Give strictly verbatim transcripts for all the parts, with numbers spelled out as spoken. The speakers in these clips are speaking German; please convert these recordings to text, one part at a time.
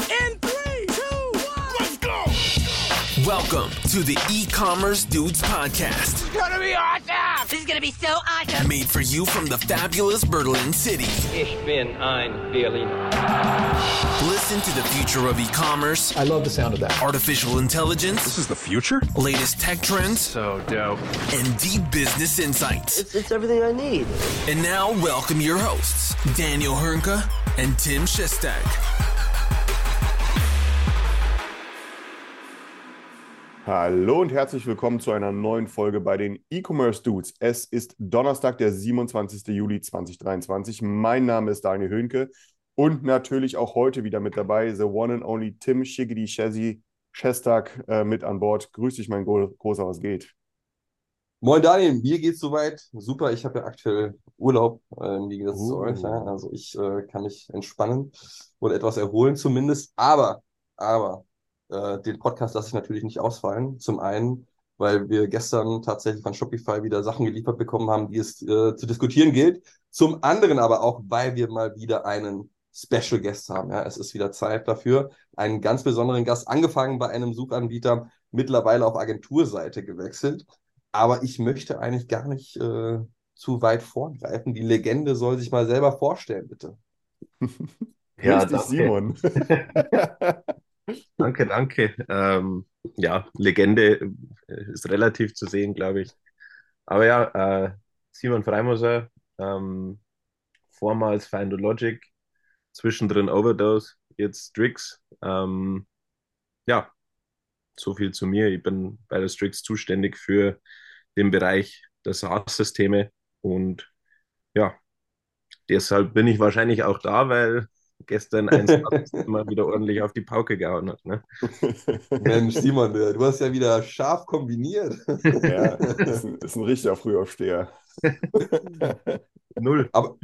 In three, two, one, let's go! Welcome to the E-Commerce Dudes Podcast. It's gonna be awesome! This is gonna be so awesome! Made for you from the fabulous Berlin City. Ich bin ein Berliner. Listen to the future of e-commerce. I love the sound of that. Artificial intelligence. This is the future? Latest tech trends. So dope. And deep business insights. It's, it's everything I need. And now, welcome your hosts, Daniel Hernke and Tim Shestag. Hallo und herzlich willkommen zu einer neuen Folge bei den E-Commerce Dudes. Es ist Donnerstag, der siebenundzwanzigster Juli zweitausenddreiundzwanzig. Mein Name ist Daniel Hönke und natürlich auch heute wieder mit dabei the one and only Tim Schiggedy Shazzy Shestag äh, mit an Bord. Grüß dich, mein Gro- Großer, was geht? Moin Daniel, mir geht's soweit super. Ich habe ja aktuell Urlaub, äh, im Gegensatz Uh. zu euch. Ja? Also ich äh, kann mich entspannen oder etwas erholen zumindest. Aber, aber, äh, den Podcast lasse ich natürlich nicht ausfallen. Zum einen, weil wir gestern tatsächlich von Shopify wieder Sachen geliefert bekommen haben, die es äh, zu diskutieren gilt. Zum anderen aber auch, weil wir mal wieder einen Special Guest haben. Ja? Es ist wieder Zeit dafür. Einen ganz besonderen Gast, angefangen bei einem Suchanbieter, mittlerweile auf Agenturseite gewechselt. Aber ich möchte eigentlich gar nicht äh, zu weit vorgreifen. Die Legende soll sich mal selber vorstellen, bitte. Ja, Grüß dich, Simon. Danke, danke. Ähm, ja, Legende ist relativ zu sehen, glaube ich. Aber ja, äh, Simon Freimoser, ähm, vormals Findologic, zwischendrin Overdose, jetzt Strix. Ähm, ja, so viel zu mir. Ich bin bei der Strix zuständig für den Bereich der SaaS-Systeme und ja, deshalb bin ich wahrscheinlich auch da, weil gestern ein SaaS-System mal wieder ordentlich auf die Pauke gehauen hat. Ne? Mensch, Simon, du hast ja wieder scharf kombiniert. Ja, ist ein, ist ein richtiger Frühaufsteher. Null. Aber,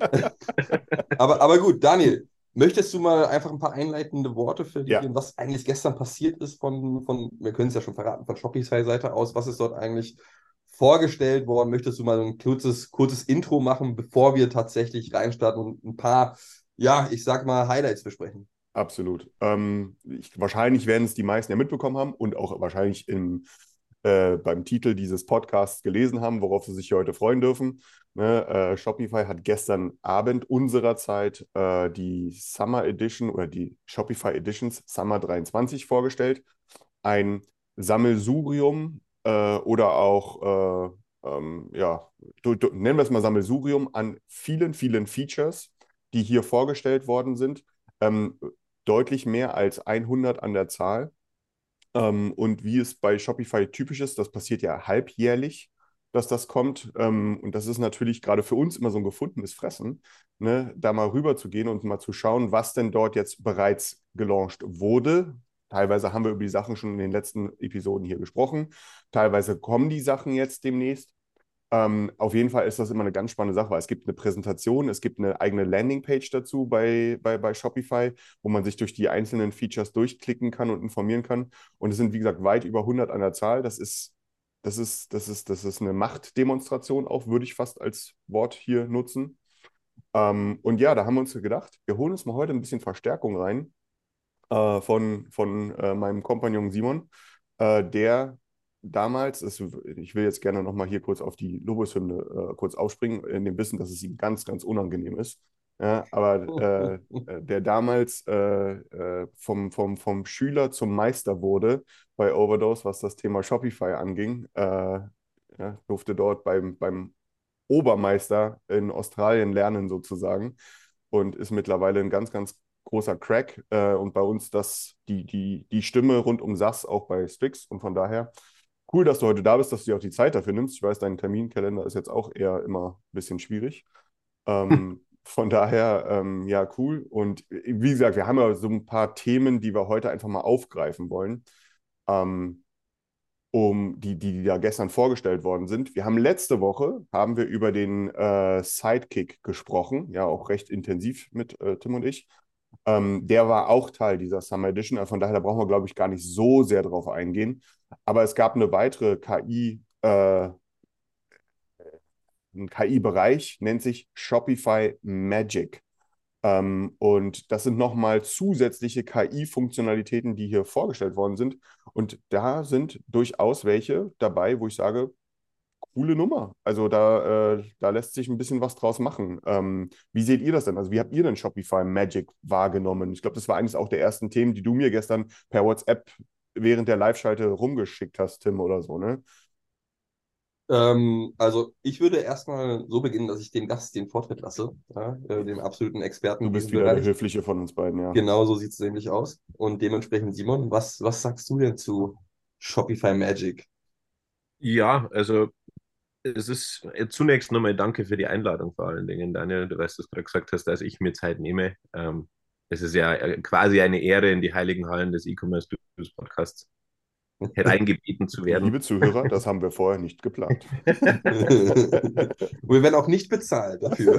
aber, aber gut, Daniel, möchtest du mal einfach ein paar einleitende Worte verlieren, Ja. was eigentlich gestern passiert ist von, von wir können es ja schon verraten, von Shopify-Seite aus, was ist dort eigentlich vorgestellt worden? Möchtest du mal ein kurzes, kurzes Intro machen, bevor wir tatsächlich reinstarten und ein paar, ja, ich sag mal, Highlights besprechen? Absolut. Ähm, ich, wahrscheinlich werden es die meisten ja mitbekommen haben und auch wahrscheinlich im, äh, beim Titel dieses Podcasts gelesen haben, worauf sie sich hier heute freuen dürfen. Ne, äh, Shopify hat gestern Abend unserer Zeit äh, die Summer Edition oder die Shopify Editions Summer dreiundzwanzig vorgestellt. Ein Sammelsurium äh, oder auch, äh, ähm, ja, du, du, nennen wir es mal Sammelsurium an vielen, vielen Features, die hier vorgestellt worden sind. Ähm, deutlich mehr als hundert an der Zahl. Ähm, und wie es bei Shopify typisch ist, das passiert ja halbjährlich, dass das kommt. Ähm, und das ist natürlich gerade für uns immer so ein gefundenes Fressen, ne, da mal rüber zu gehen und mal zu schauen, was denn dort jetzt bereits gelauncht wurde. Teilweise haben wir über die Sachen schon in den letzten Episoden hier gesprochen. Teilweise kommen die Sachen jetzt demnächst. Ähm, auf jeden Fall ist das immer eine ganz spannende Sache, weil es gibt eine Präsentation, es gibt eine eigene Landingpage dazu bei, bei, bei Shopify, wo man sich durch die einzelnen Features durchklicken kann und informieren kann. Und es sind, wie gesagt, weit über hundert an der Zahl. Das ist, das ist, das ist, das ist eine Machtdemonstration auch, würde ich fast als Wort hier nutzen. Ähm, und ja, da haben wir uns gedacht, wir holen uns mal heute ein bisschen Verstärkung rein äh, von, von äh, meinem Kompagnon Simon, äh, der damals, es, ich will jetzt gerne nochmal hier kurz auf die Lobeshymne äh, kurz aufspringen, in dem Wissen, dass es ihm ganz, ganz unangenehm ist. Ja, aber äh, der damals äh, äh, vom, vom, vom Schüler zum Meister wurde bei Overdose, was das Thema Shopify anging, äh, ja, durfte dort beim, beim Obermeister in Australien lernen sozusagen und ist mittlerweile ein ganz, ganz großer Crack äh, und bei uns das, die, die, die Stimme rund um SaaS auch bei Strix und von daher cool, dass du heute da bist, dass du dir auch die Zeit dafür nimmst. Ich weiß, dein Terminkalender ist jetzt auch eher immer ein bisschen schwierig. Ähm, von daher, ähm, ja, cool. Und wie gesagt, wir haben ja so ein paar Themen, die wir heute einfach mal aufgreifen wollen, ähm, um die, die, die da gestern vorgestellt worden sind. Wir haben letzte Woche, haben wir über den äh, Sidekick gesprochen, ja, auch recht intensiv mit äh, Tim und ich. Ähm, der war auch Teil dieser Summer Edition. Von daher, da brauchen wir, glaube ich, gar nicht so sehr drauf eingehen. Aber es gab eine weitere K I, äh, ein K I-Bereich, nennt sich Shopify Magic. Ähm, und das sind nochmal zusätzliche K I-Funktionalitäten, die hier vorgestellt worden sind. Und da sind durchaus welche dabei, wo ich sage, coole Nummer. Also da, äh, da lässt sich ein bisschen was draus machen. Ähm, wie seht ihr das denn? Also wie habt ihr denn Shopify Magic wahrgenommen? Ich glaube, das war eines auch der ersten Themen, die du mir gestern per WhatsApp während der Live-Schalte rumgeschickt hast, Tim, oder so, ne? Ähm, also ich würde erstmal so beginnen, dass ich dem Gast den Vortritt lasse, ja, äh, dem absoluten Experten Du in bist diesem wieder der Bereich. Höfliche von uns beiden, ja. Genau so sieht es nämlich aus. Und dementsprechend, Simon, was, was sagst du denn zu Shopify Magic? Ja, also es ist äh, zunächst nochmal danke für die Einladung vor allen Dingen, Daniel. Du weißt, dass du gerade gesagt hast, dass ich mir Zeit nehme. Ähm, es ist ja äh, quasi eine Ehre, in die heiligen Hallen des E-Commerce News Podcasts hereingebeten zu werden. Liebe Zuhörer, das haben wir vorher nicht geplant. Wir werden auch nicht bezahlt dafür.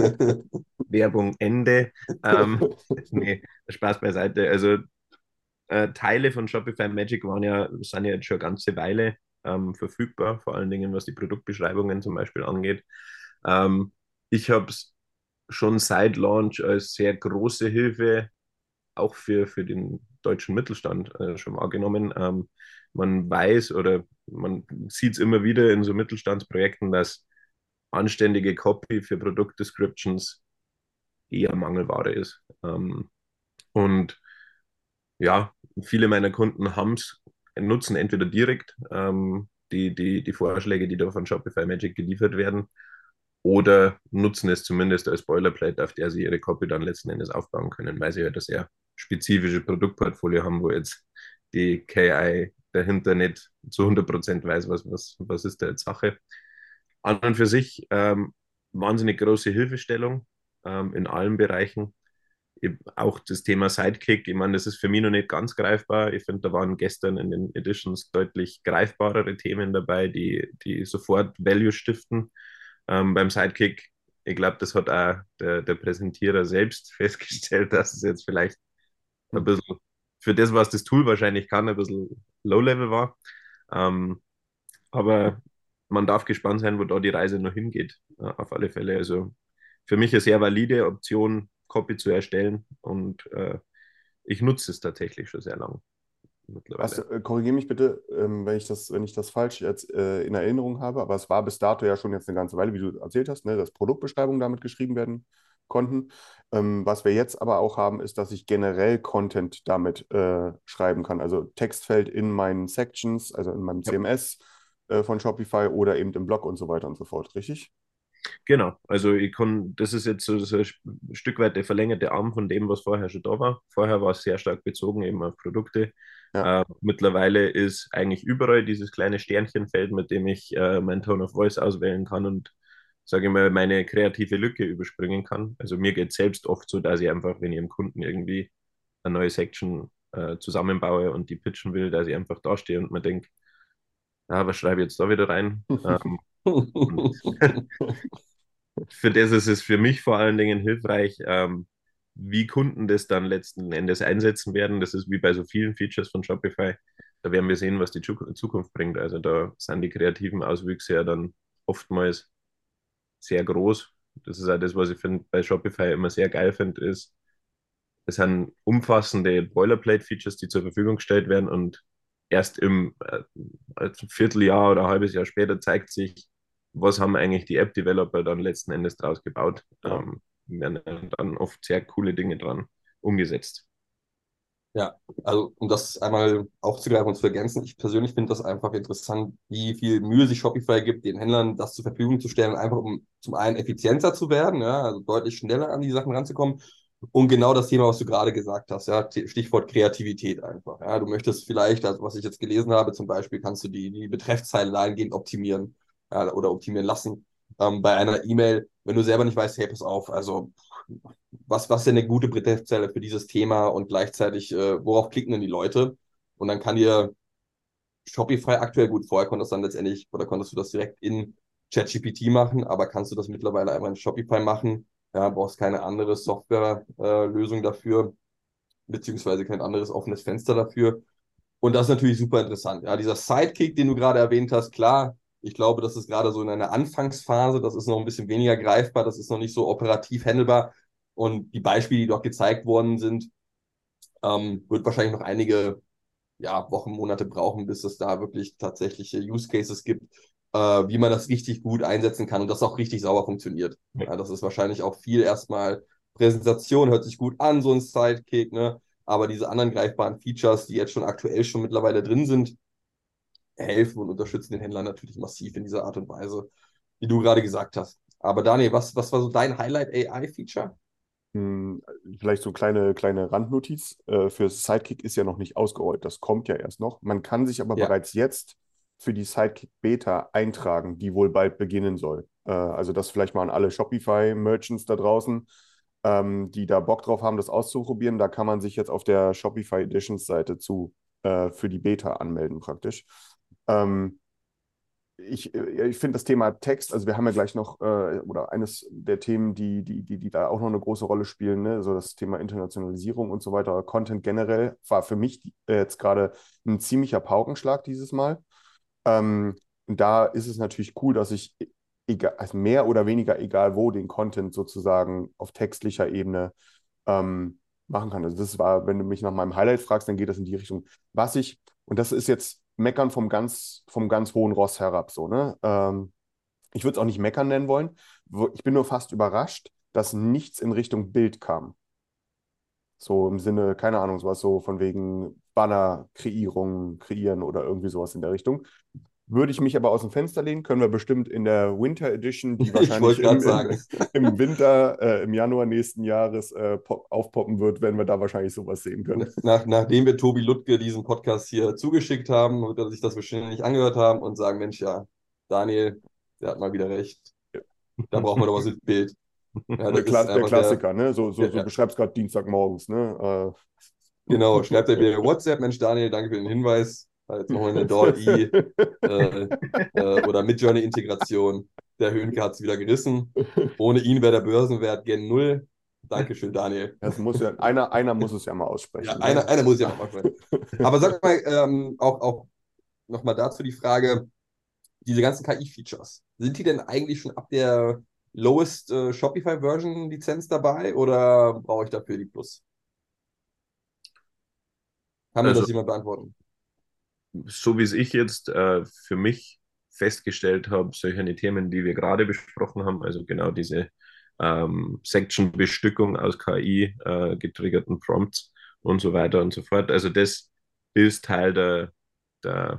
Werbung Ende. Ähm, nee, Spaß beiseite. Also äh, Teile von Shopify Magic waren ja, sind ja jetzt schon eine ganze Weile ähm, verfügbar, vor allen Dingen was die Produktbeschreibungen zum Beispiel angeht. Ähm, ich habe es schon seit Launch als sehr große Hilfe auch für, für den deutschen Mittelstand äh, schon wahrgenommen. Ähm, man weiß oder man sieht es immer wieder in so Mittelstandsprojekten, dass anständige Copy für Produktdescriptions eher Mangelware ist. Ähm, und ja, viele meiner Kunden haben's, nutzen entweder direkt ähm, die, die, die Vorschläge, die da von Shopify Magic geliefert werden, oder nutzen es zumindest als Boilerplate, auf der sie ihre Copy dann letzten Endes aufbauen können, weil sie halt das sehr spezifische Produktportfolio haben, wo jetzt die K I dahinter nicht zu hundert Prozent weiß, was, was, was ist da jetzt Sache. An und für sich ähm, wahnsinnig große Hilfestellung ähm, in allen Bereichen. Auch das Thema Sidekick, ich meine, das ist für mich noch nicht ganz greifbar. Ich finde, da waren gestern in den Editions deutlich greifbarere Themen dabei, die, die sofort Value stiften. Ähm, beim Sidekick, ich glaube, das hat auch der, der Präsentierer selbst festgestellt, dass es jetzt vielleicht ein bisschen für das, was das Tool wahrscheinlich kann, ein bisschen Low-Level war. Ähm, aber man darf gespannt sein, wo da die Reise noch hingeht, äh, auf alle Fälle. Also für mich eine sehr valide Option, Copy zu erstellen, und äh, ich nutze es tatsächlich schon sehr lange Was, mittlerweile. äh, korrigiere mich bitte, ähm, wenn ich das, wenn ich das falsch jetzt äh, in Erinnerung habe, aber es war bis dato ja schon jetzt eine ganze Weile, wie du erzählt hast, ne, dass Produktbeschreibungen damit geschrieben werden konnten. Ähm, was wir jetzt aber auch haben, ist, dass ich generell Content damit äh, schreiben kann. Also Textfeld in meinen Sections, also in meinem Ja. C M S äh, von Shopify oder eben im Blog und so weiter und so fort, richtig? Genau, also ich kann, das ist jetzt so, so ein Stück weit der verlängerte Arm von dem, was vorher schon da war. Vorher war es sehr stark bezogen eben auf Produkte. Ja. Äh, mittlerweile ist eigentlich überall dieses kleine Sternchenfeld, mit dem ich äh, mein Tone of Voice auswählen kann und, sage ich mal, meine kreative Lücke überspringen kann. Also mir geht es selbst oft so, dass ich einfach, wenn ich dem Kunden irgendwie eine neue Section äh, zusammenbaue und die pitchen will, dass ich einfach dastehe und mir denke, ah, was schreibe ich jetzt da wieder rein? Ähm, und für das ist es für mich vor allen Dingen hilfreich, ähm, wie Kunden das dann letzten Endes einsetzen werden. Das ist wie bei so vielen Features von Shopify. Da werden wir sehen, was die Zukunft bringt. Also da sind die kreativen Auswüchse ja dann oftmals sehr groß. Das ist auch das, was ich finde, bei Shopify immer sehr geil finde, ist, es sind umfassende Boilerplate-Features, die zur Verfügung gestellt werden, und erst im äh, Vierteljahr oder ein halbes Jahr später zeigt sich, was haben eigentlich die App-Developer dann letzten Endes draus gebaut. Ja. Ähm, werden dann oft sehr coole Dinge dran umgesetzt. Ja, also um das einmal aufzugreifen und zu ergänzen, ich persönlich finde das einfach interessant, wie viel Mühe sich Shopify gibt, den Händlern das zur Verfügung zu stellen, einfach um zum einen effizienter zu werden, ja, also deutlich schneller an die Sachen ranzukommen, und genau das Thema, was du gerade gesagt hast, ja, Stichwort Kreativität einfach. Ja, du möchtest vielleicht, also was ich jetzt gelesen habe, zum Beispiel kannst du die, die Betreffzeile dahingehend optimieren, ja, oder optimieren lassen. Ähm, bei einer E-Mail, wenn du selber nicht weißt, hey, pass auf, also was, was ist denn eine gute Betreffzeile für dieses Thema, und gleichzeitig, äh, worauf klicken denn die Leute? Und dann kann dir Shopify aktuell, gut, vorher konntest du dann letztendlich, oder konntest du das direkt in ChatGPT machen, aber kannst du das mittlerweile einmal in Shopify machen? Ja, brauchst keine andere Softwarelösung äh, dafür, beziehungsweise kein anderes offenes Fenster dafür. Und das ist natürlich super interessant. Ja, dieser Sidekick, den du gerade erwähnt hast, klar, ich glaube, das ist gerade so in einer Anfangsphase, das ist noch ein bisschen weniger greifbar, das ist noch nicht so operativ handelbar. Und die Beispiele, die dort gezeigt worden sind, ähm, wird wahrscheinlich noch einige ja, Wochen, Monate brauchen, bis es da wirklich tatsächliche Use Cases gibt, äh, wie man das richtig gut einsetzen kann und das auch richtig sauber funktioniert. Ja, das ist wahrscheinlich auch viel erstmal Präsentation, hört sich gut an, so ein Sidekick, ne? Aber diese anderen greifbaren Features, die jetzt schon aktuell schon mittlerweile drin sind, helfen und unterstützen den Händlern natürlich massiv in dieser Art und Weise, wie du gerade gesagt hast. Aber Daniel, was, was war so dein Highlight-A I-Feature? Hm, Vielleicht so kleine, kleine Randnotiz. Äh, für Sidekick ist ja noch nicht ausgerollt. Das kommt ja erst noch. Man kann sich aber Ja. bereits jetzt für die Sidekick Beta eintragen, die wohl bald beginnen soll. Äh, also das vielleicht mal an alle Shopify-Merchants da draußen, ähm, die da Bock drauf haben, das auszuprobieren. Da kann man sich jetzt auf der Shopify Editions Seite zu äh, für die Beta anmelden praktisch. Ähm, ich, äh, ich finde das Thema Text, also wir haben ja gleich noch, äh, oder eines der Themen, die, die, die, die da auch noch eine große Rolle spielen, ne? So das Thema Internationalisierung und so weiter, Content generell, war für mich äh, jetzt gerade ein ziemlicher Paukenschlag dieses Mal. Ähm, und da ist es natürlich cool, dass ich egal, also mehr oder weniger egal wo den Content sozusagen auf textlicher Ebene ähm, machen kann. Also das war, wenn du mich nach meinem Highlight fragst, dann geht das in die Richtung. Was ich, und das ist jetzt Meckern vom ganz, vom ganz hohen Ross herab, so, ne? Ähm, ich würde es auch nicht Meckern nennen wollen. Wo- Ich bin nur fast überrascht, dass nichts in Richtung Bild kam. So im Sinne, keine Ahnung, sowas so von wegen Banner-Kreierung, kreieren oder irgendwie sowas in der Richtung. Würde ich mich aber aus dem Fenster lehnen, können wir bestimmt in der Winter Edition, die Ich wahrscheinlich wollte gerade im, sagen. im, im Winter, äh, im Januar nächsten Jahres äh, pop, aufpoppen wird, werden wir da wahrscheinlich sowas sehen können. Nach, nachdem wir Tobi Lüttke diesen Podcast hier zugeschickt haben, wird er sich das wahrscheinlich angehört haben und sagen, Mensch, ja, Daniel, der hat mal wieder recht. Da brauchen wir doch was mit Bild. Ja, Der, das ist Kla der einfach der, Klassiker, ne? So, so, der, so ja, beschreibst gerade Dienstagmorgens, ne? genau, schreibt er mir WhatsApp, Mensch, Daniel, danke für den Hinweis. Hat jetzt noch eine D A L L-E äh, äh, oder Midjourney-Integration. Der Höhnke hat es wieder gerissen. Ohne ihn wäre der Börsenwert gen Null. Dankeschön, Daniel. Das muss ja, einer, einer muss es ja mal Ja, aussprechen. einer, Ne? einer muss ja auch sein. Aber sag mal, ähm, auch, auch nochmal dazu die Frage, diese ganzen K I-Features, sind die denn eigentlich schon ab der lowest äh, Shopify-Version-Lizenz dabei oder brauche ich dafür die Plus? Kann mir Also, das jemand beantworten? so wie es ich jetzt äh, für mich festgestellt habe, solche Themen, die wir gerade besprochen haben, also genau diese ähm, Section-Bestückung aus K I äh, getriggerten Prompts und so weiter und so fort. Also das ist Teil der, der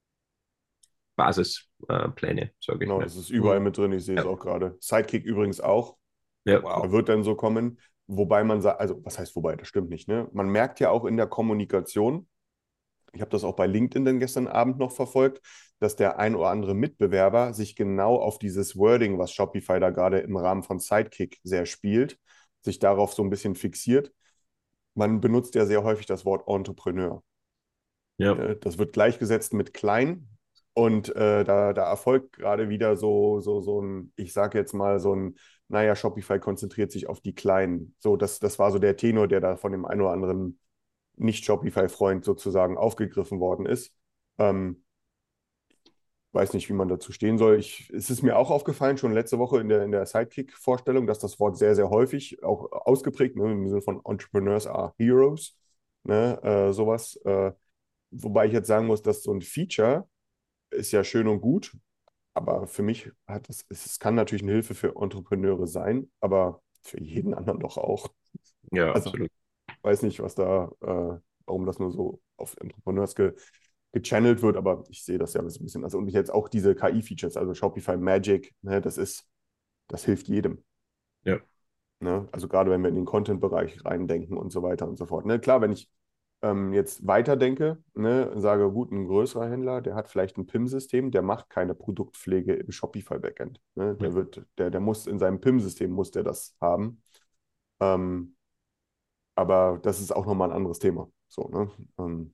Basispläne, sage ich Genau, mal. das ist überall Hm. mit drin. Ich sehe es Ja, auch gerade. Sidekick übrigens auch. ja, Wow. Er wird dann so kommen. Wobei man sagt, also was heißt wobei, das stimmt nicht, ne? Man merkt ja auch in der Kommunikation, ich habe das auch bei LinkedIn dann gestern Abend noch verfolgt, dass der ein oder andere Mitbewerber sich genau auf dieses Wording, was Shopify da gerade im Rahmen von Sidekick sehr spielt, sich darauf so ein bisschen fixiert. Man benutzt ja sehr häufig das Wort Entrepreneur. ja, Äh, Das wird gleichgesetzt mit klein und äh, da, da erfolgt gerade wieder so, so, so ein, ich sage jetzt mal so ein, naja, Shopify konzentriert sich auf die Kleinen. So, das, das war so der Tenor, der da von dem einen oder anderen Nicht-Shopify-Freund sozusagen aufgegriffen worden ist. Ähm, weiß nicht, wie man dazu stehen soll. Ich, es ist mir auch aufgefallen, schon letzte Woche in der, in der Sidekick-Vorstellung, dass das Wort sehr, sehr häufig auch ausgeprägt, ne, im Sinne von Entrepreneurs are Heroes, ne, äh, sowas. Äh, wobei ich jetzt sagen muss, dass so ein Feature ist ja schön und gut, aber für mich hat es, es kann natürlich eine Hilfe für Entrepreneure sein, aber für jeden anderen doch auch. ja, Also, absolut. weiß nicht, was da, äh, warum das nur so auf Entrepreneurs ge gechannelt wird, aber ich sehe das ja so ein bisschen. Also, und jetzt auch diese K I-Features, also Shopify Magic, ne, das ist, das hilft jedem. Ja, Ne? Also gerade wenn wir in den Content-Bereich reindenken und so weiter und so fort. Ne? Klar, wenn ich ähm, jetzt weiterdenke, ne, sage, gut, ein größerer Händler, der hat vielleicht ein P I M-System, der macht keine Produktpflege im Shopify-Backend. Ne? Der ja, wird, der, der muss in seinem P I M-System muss der das haben. Ähm, aber das ist auch nochmal ein anderes Thema. So, ne? Ähm,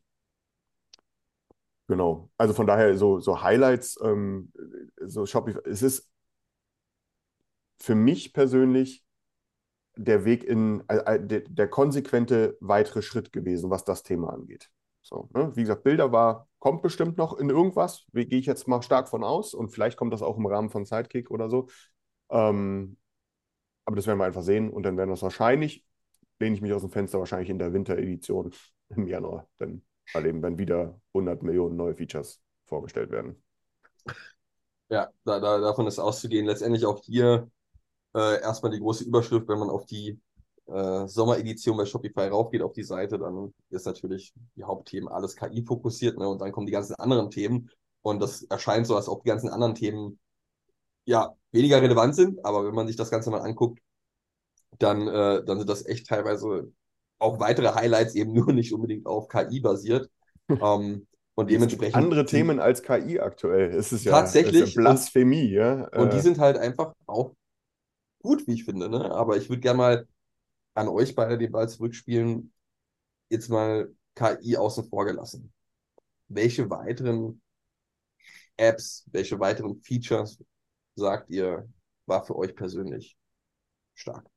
genau. Also von daher so, so Highlights, ähm, so Shopify, es ist für mich persönlich der Weg in, äh, äh, der, der konsequente weitere Schritt gewesen, was das Thema angeht. So, ne? Wie gesagt, Bilder war, kommt bestimmt noch in irgendwas, wie gehe ich jetzt mal stark von aus und vielleicht kommt das auch im Rahmen von Sidekick oder so. Ähm, aber das werden wir einfach sehen und dann werden wir es wahrscheinlich, lehne ich mich aus dem Fenster, wahrscheinlich in der Winteredition im Januar dann erleben, wenn wieder hundert Millionen neue Features vorgestellt werden. Ja, da, da, davon ist auszugehen. Letztendlich auch hier äh, erstmal die große Überschrift, wenn man auf die äh, Sommeredition bei Shopify raufgeht, auf die Seite, dann ist natürlich die Hauptthemen alles K I fokussiert, ne? Und dann kommen die ganzen anderen Themen und das erscheint so, als ob die ganzen anderen Themen ja weniger relevant sind, aber wenn man sich das Ganze mal anguckt, dann, äh, dann sind das echt teilweise auch weitere Highlights eben nur nicht unbedingt auf K I basiert. Ähm, und dementsprechend Andere sind Themen als K I aktuell. Es ist ja, tatsächlich es ist ja Blasphemie, ja. und die Äh, sind halt einfach auch gut, wie ich finde, ne? Aber ich würde gerne mal an euch beide den Ball zurückspielen, jetzt mal K I außen vor gelassen. Welche weiteren Apps, welche weiteren Features sagt ihr, war für euch persönlich stark?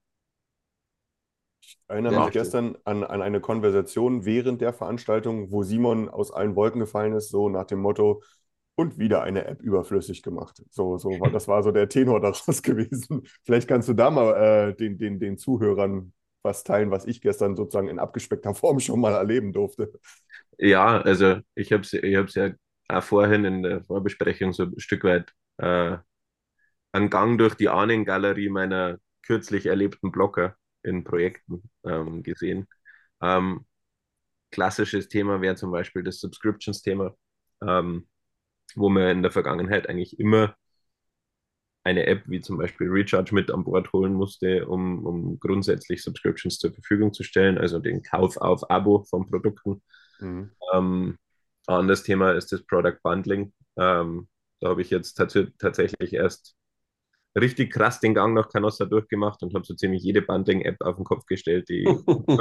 Ich erinnere Wer mich möchte? gestern an, an eine Konversation während der Veranstaltung, wo Simon aus allen Wolken gefallen ist, so nach dem Motto, und wieder eine App überflüssig gemacht. So, so war, das war so der Tenor daraus gewesen. Vielleicht kannst du da mal äh, den, den, den Zuhörern was teilen, was ich gestern sozusagen in abgespeckter Form schon mal erleben durfte. Ja, also ich habe es ich hab's ja auch vorhin in der Vorbesprechung so ein Stück weit äh, einen Gang durch die Ahnengalerie meiner kürzlich erlebten Blogger in Projekten ähm, gesehen. Ähm, klassisches Thema wäre zum Beispiel das Subscriptions-Thema, ähm, wo man in der Vergangenheit eigentlich immer eine App wie zum Beispiel Recharge mit an Bord holen musste, um, um grundsätzlich Subscriptions zur Verfügung zu stellen, also den Kauf auf Abo von Produkten. Mhm. Ähm, ein anderes Thema ist das Product Bundling. Ähm, da habe ich jetzt tats tatsächlich erst richtig krass den Gang nach Canossa durchgemacht und habe so ziemlich jede Bundling-App auf den Kopf gestellt, die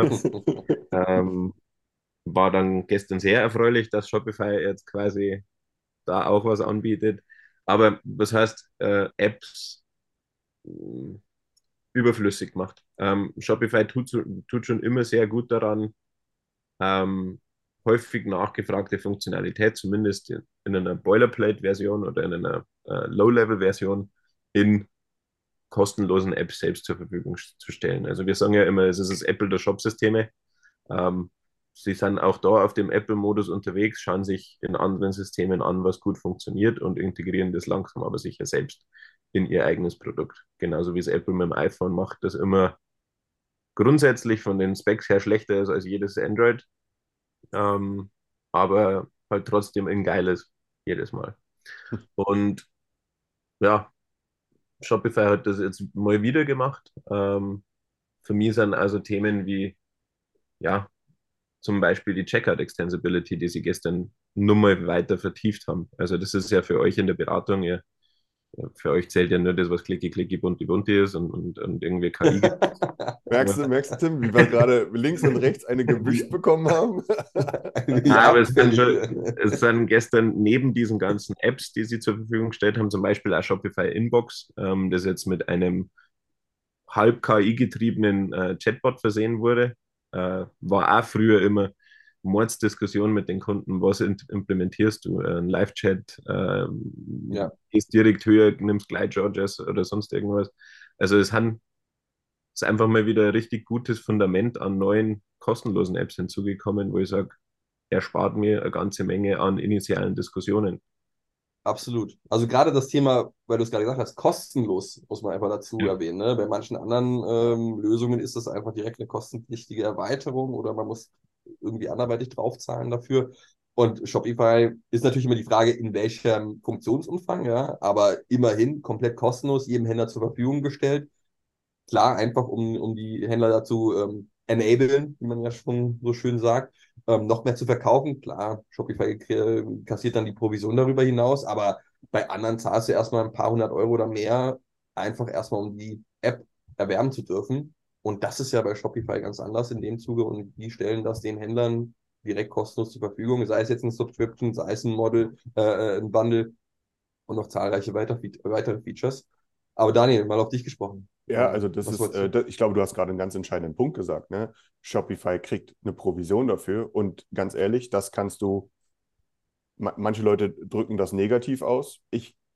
ähm, war dann gestern sehr erfreulich, dass Shopify jetzt quasi da auch was anbietet. Aber was heißt äh, Apps mh, überflüssig macht? Ähm, Shopify tut, so, tut schon immer sehr gut daran, ähm, häufig nachgefragte Funktionalität, zumindest in, in einer Boilerplate-Version oder in einer äh, Low-Level-Version, in kostenlosen Apps selbst zur Verfügung zu stellen. Also wir sagen ja immer, es ist das Apple der Shop-Systeme. Ähm, sie sind auch da auf dem Apple-Modus unterwegs, schauen sich in anderen Systemen an, was gut funktioniert und integrieren das langsam aber sicher selbst in ihr eigenes Produkt. Genauso wie es Apple mit dem iPhone macht, das immer grundsätzlich von den Specs her schlechter ist als jedes Android, ähm, aber halt trotzdem ein geiles jedes Mal. Und ja, Shopify hat das jetzt mal wieder gemacht. Ähm, für mich sind also Themen wie, ja, zum Beispiel die Checkout Extensibility, die sie gestern nur mal weiter vertieft haben. Also das ist ja für euch in der Beratung, ja, für euch zählt ja nur das, was klicki, klicki, bunti, bunti ist und, und, und irgendwie K I. Merkst du, merkst du, Tim, wie wir gerade links und rechts eine gewischt bekommen haben? Ja, aber es sind, Abfällige. schon, es sind gestern neben diesen ganzen Apps, die sie zur Verfügung gestellt haben, zum Beispiel auch Shopify Inbox, ähm, das jetzt mit einem halb K I-getriebenen äh, Chatbot versehen wurde. Äh, war auch früher immer Mordsdiskussion mit den Kunden, was implementierst du? Äh, ein Live-Chat, äh, Ja. gehst direkt höher, nimmst gleich Georges oder sonst irgendwas. Also es haben, ist einfach mal wieder ein richtig gutes Fundament an neuen kostenlosen Apps hinzugekommen, wo ich sage, er spart mir eine ganze Menge an initialen Diskussionen. Absolut. Also gerade das Thema, weil du es gerade gesagt hast, kostenlos, muss man einfach dazu Ja. erwähnen. Ne? Bei manchen anderen ähm, Lösungen ist das einfach direkt eine kostenpflichtige Erweiterung oder man muss irgendwie anderweitig draufzahlen dafür. Und Shopify ist natürlich immer die Frage, in welchem Funktionsumfang, ja, aber immerhin komplett kostenlos, jedem Händler zur Verfügung gestellt. Klar, einfach um, um die Händler dazu ähm, enablen, wie man ja schon so schön sagt, ähm, noch mehr zu verkaufen. Klar, Shopify äh, kassiert dann die Provision darüber hinaus, aber bei anderen zahlst du erstmal ein paar hundert Euro oder mehr, einfach erstmal um die App erwerben zu dürfen. Und das ist ja bei Shopify ganz anders in dem Zuge und die stellen das den Händlern direkt kostenlos zur Verfügung, sei es jetzt ein Subscription, sei es ein Model, äh, ein Bundle und noch zahlreiche weiter, weitere Features. Aber Daniel, mal auf dich gesprochen. Ja, also das Was ist, wolltest äh, du? da- ich glaube, du hast gerade einen ganz entscheidenden Punkt gesagt, ne? Shopify kriegt eine Provision dafür und ganz ehrlich, das kannst du, ma manche Leute drücken das negativ aus. Ich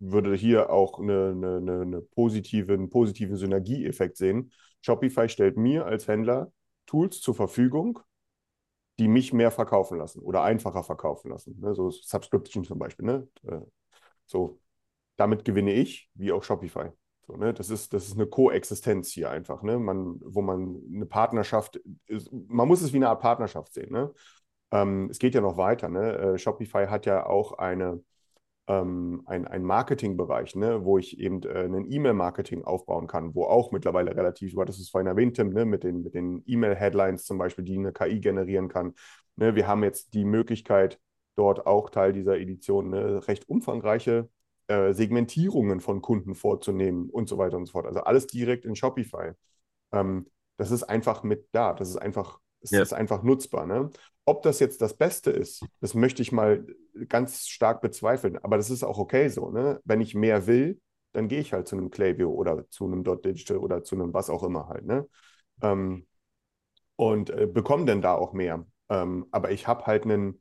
würde hier auch eine, eine, eine, eine positive, einen positiven Synergieeffekt sehen. Shopify stellt mir als Händler Tools zur Verfügung, die mich mehr verkaufen lassen oder einfacher verkaufen lassen. Ne? So Subscription zum Beispiel. Ne? Äh, So, damit gewinne ich, wie auch Shopify. So, ne? Das ist, das ist eine Koexistenz hier einfach, ne? Man, wo man eine Partnerschaft, ist, man muss es wie eine Art Partnerschaft sehen. Ne? Ähm, es geht ja noch weiter. Ne? Äh, Shopify hat ja auch eine, ähm, ein, ein Marketingbereich, ne? Wo ich eben äh, ein E-Mail-Marketing aufbauen kann, wo auch mittlerweile relativ, du hattest es vorhin erwähnt, Tim, ne? Mit den, mit den E-Mail-Headlines zum Beispiel, die eine K I generieren kann. Ne? Wir haben jetzt die Möglichkeit, dort auch Teil dieser Edition, ne, recht umfangreiche äh, Segmentierungen von Kunden vorzunehmen und so weiter und so fort. Also alles direkt in Shopify. Ähm, das ist einfach mit da. Das ist einfach, es Ja. ist einfach nutzbar. Ne? Ob das jetzt das Beste ist, das möchte ich mal ganz stark bezweifeln. Aber das ist auch okay so. Ne? Wenn ich mehr will, dann gehe ich halt zu einem Klaviyo oder zu einem Dot Digital oder zu einem was auch immer halt. Ne? Ähm, und äh, bekomme dann da auch mehr. Ähm, aber ich habe halt einen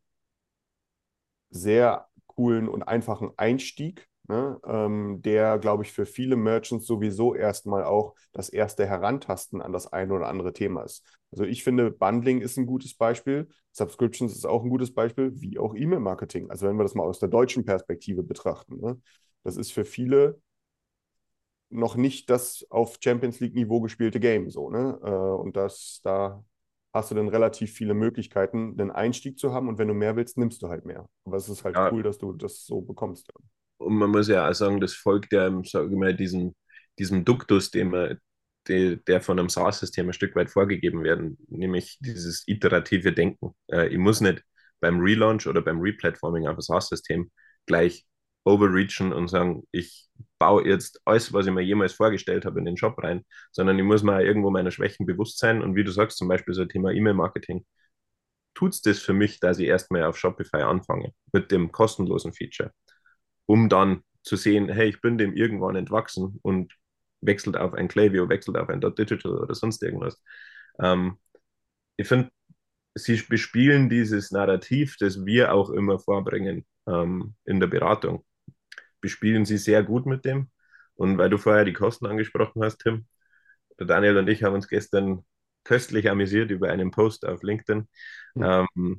sehr coolen und einfachen Einstieg, ne, ähm, der, glaube ich, für viele Merchants sowieso erstmal auch das erste Herantasten an das eine oder andere Thema ist. Also ich finde, Bundling ist ein gutes Beispiel, Subscriptions ist auch ein gutes Beispiel, wie auch E-Mail-Marketing. Also wenn wir das mal aus der deutschen Perspektive betrachten, ne, das ist für viele noch nicht das auf Champions League-Niveau gespielte Game so, ne? Äh, und das, da hast du dann relativ viele Möglichkeiten, einen Einstieg zu haben und wenn du mehr willst, nimmst du halt mehr. Aber es ist halt Ja, cool, dass du das so bekommst. und man muss ja auch sagen, das folgt ja, sage ich mal, diesem, diesem Duktus, den man, der, der von einem SaaS-System ein Stück weit vorgegeben werden, nämlich dieses iterative Denken. Äh, ich muss nicht beim Relaunch oder beim Replatforming auf ein SaaS-System gleich overreachen und sagen, ich baue jetzt alles, was ich mir jemals vorgestellt habe, in den Shop rein, sondern ich muss mir auch irgendwo meiner Schwächen bewusst sein. Und wie du sagst, zum Beispiel so ein Thema E-Mail-Marketing, tut es das für mich, dass ich erstmal auf Shopify anfange mit dem kostenlosen Feature, um dann zu sehen, hey, ich bin dem irgendwann entwachsen und wechselt auf ein Klaviyo, wechselt auf ein Dot Digital oder sonst irgendwas. Ähm, ich finde, sie bespielen dieses Narrativ, das wir auch immer vorbringen ähm, in der Beratung, bespielen sie sehr gut mit dem. Und weil du vorher die Kosten angesprochen hast, Tim, der Daniel und ich haben uns gestern köstlich amüsiert über einen Post auf LinkedIn. Hm. Ähm,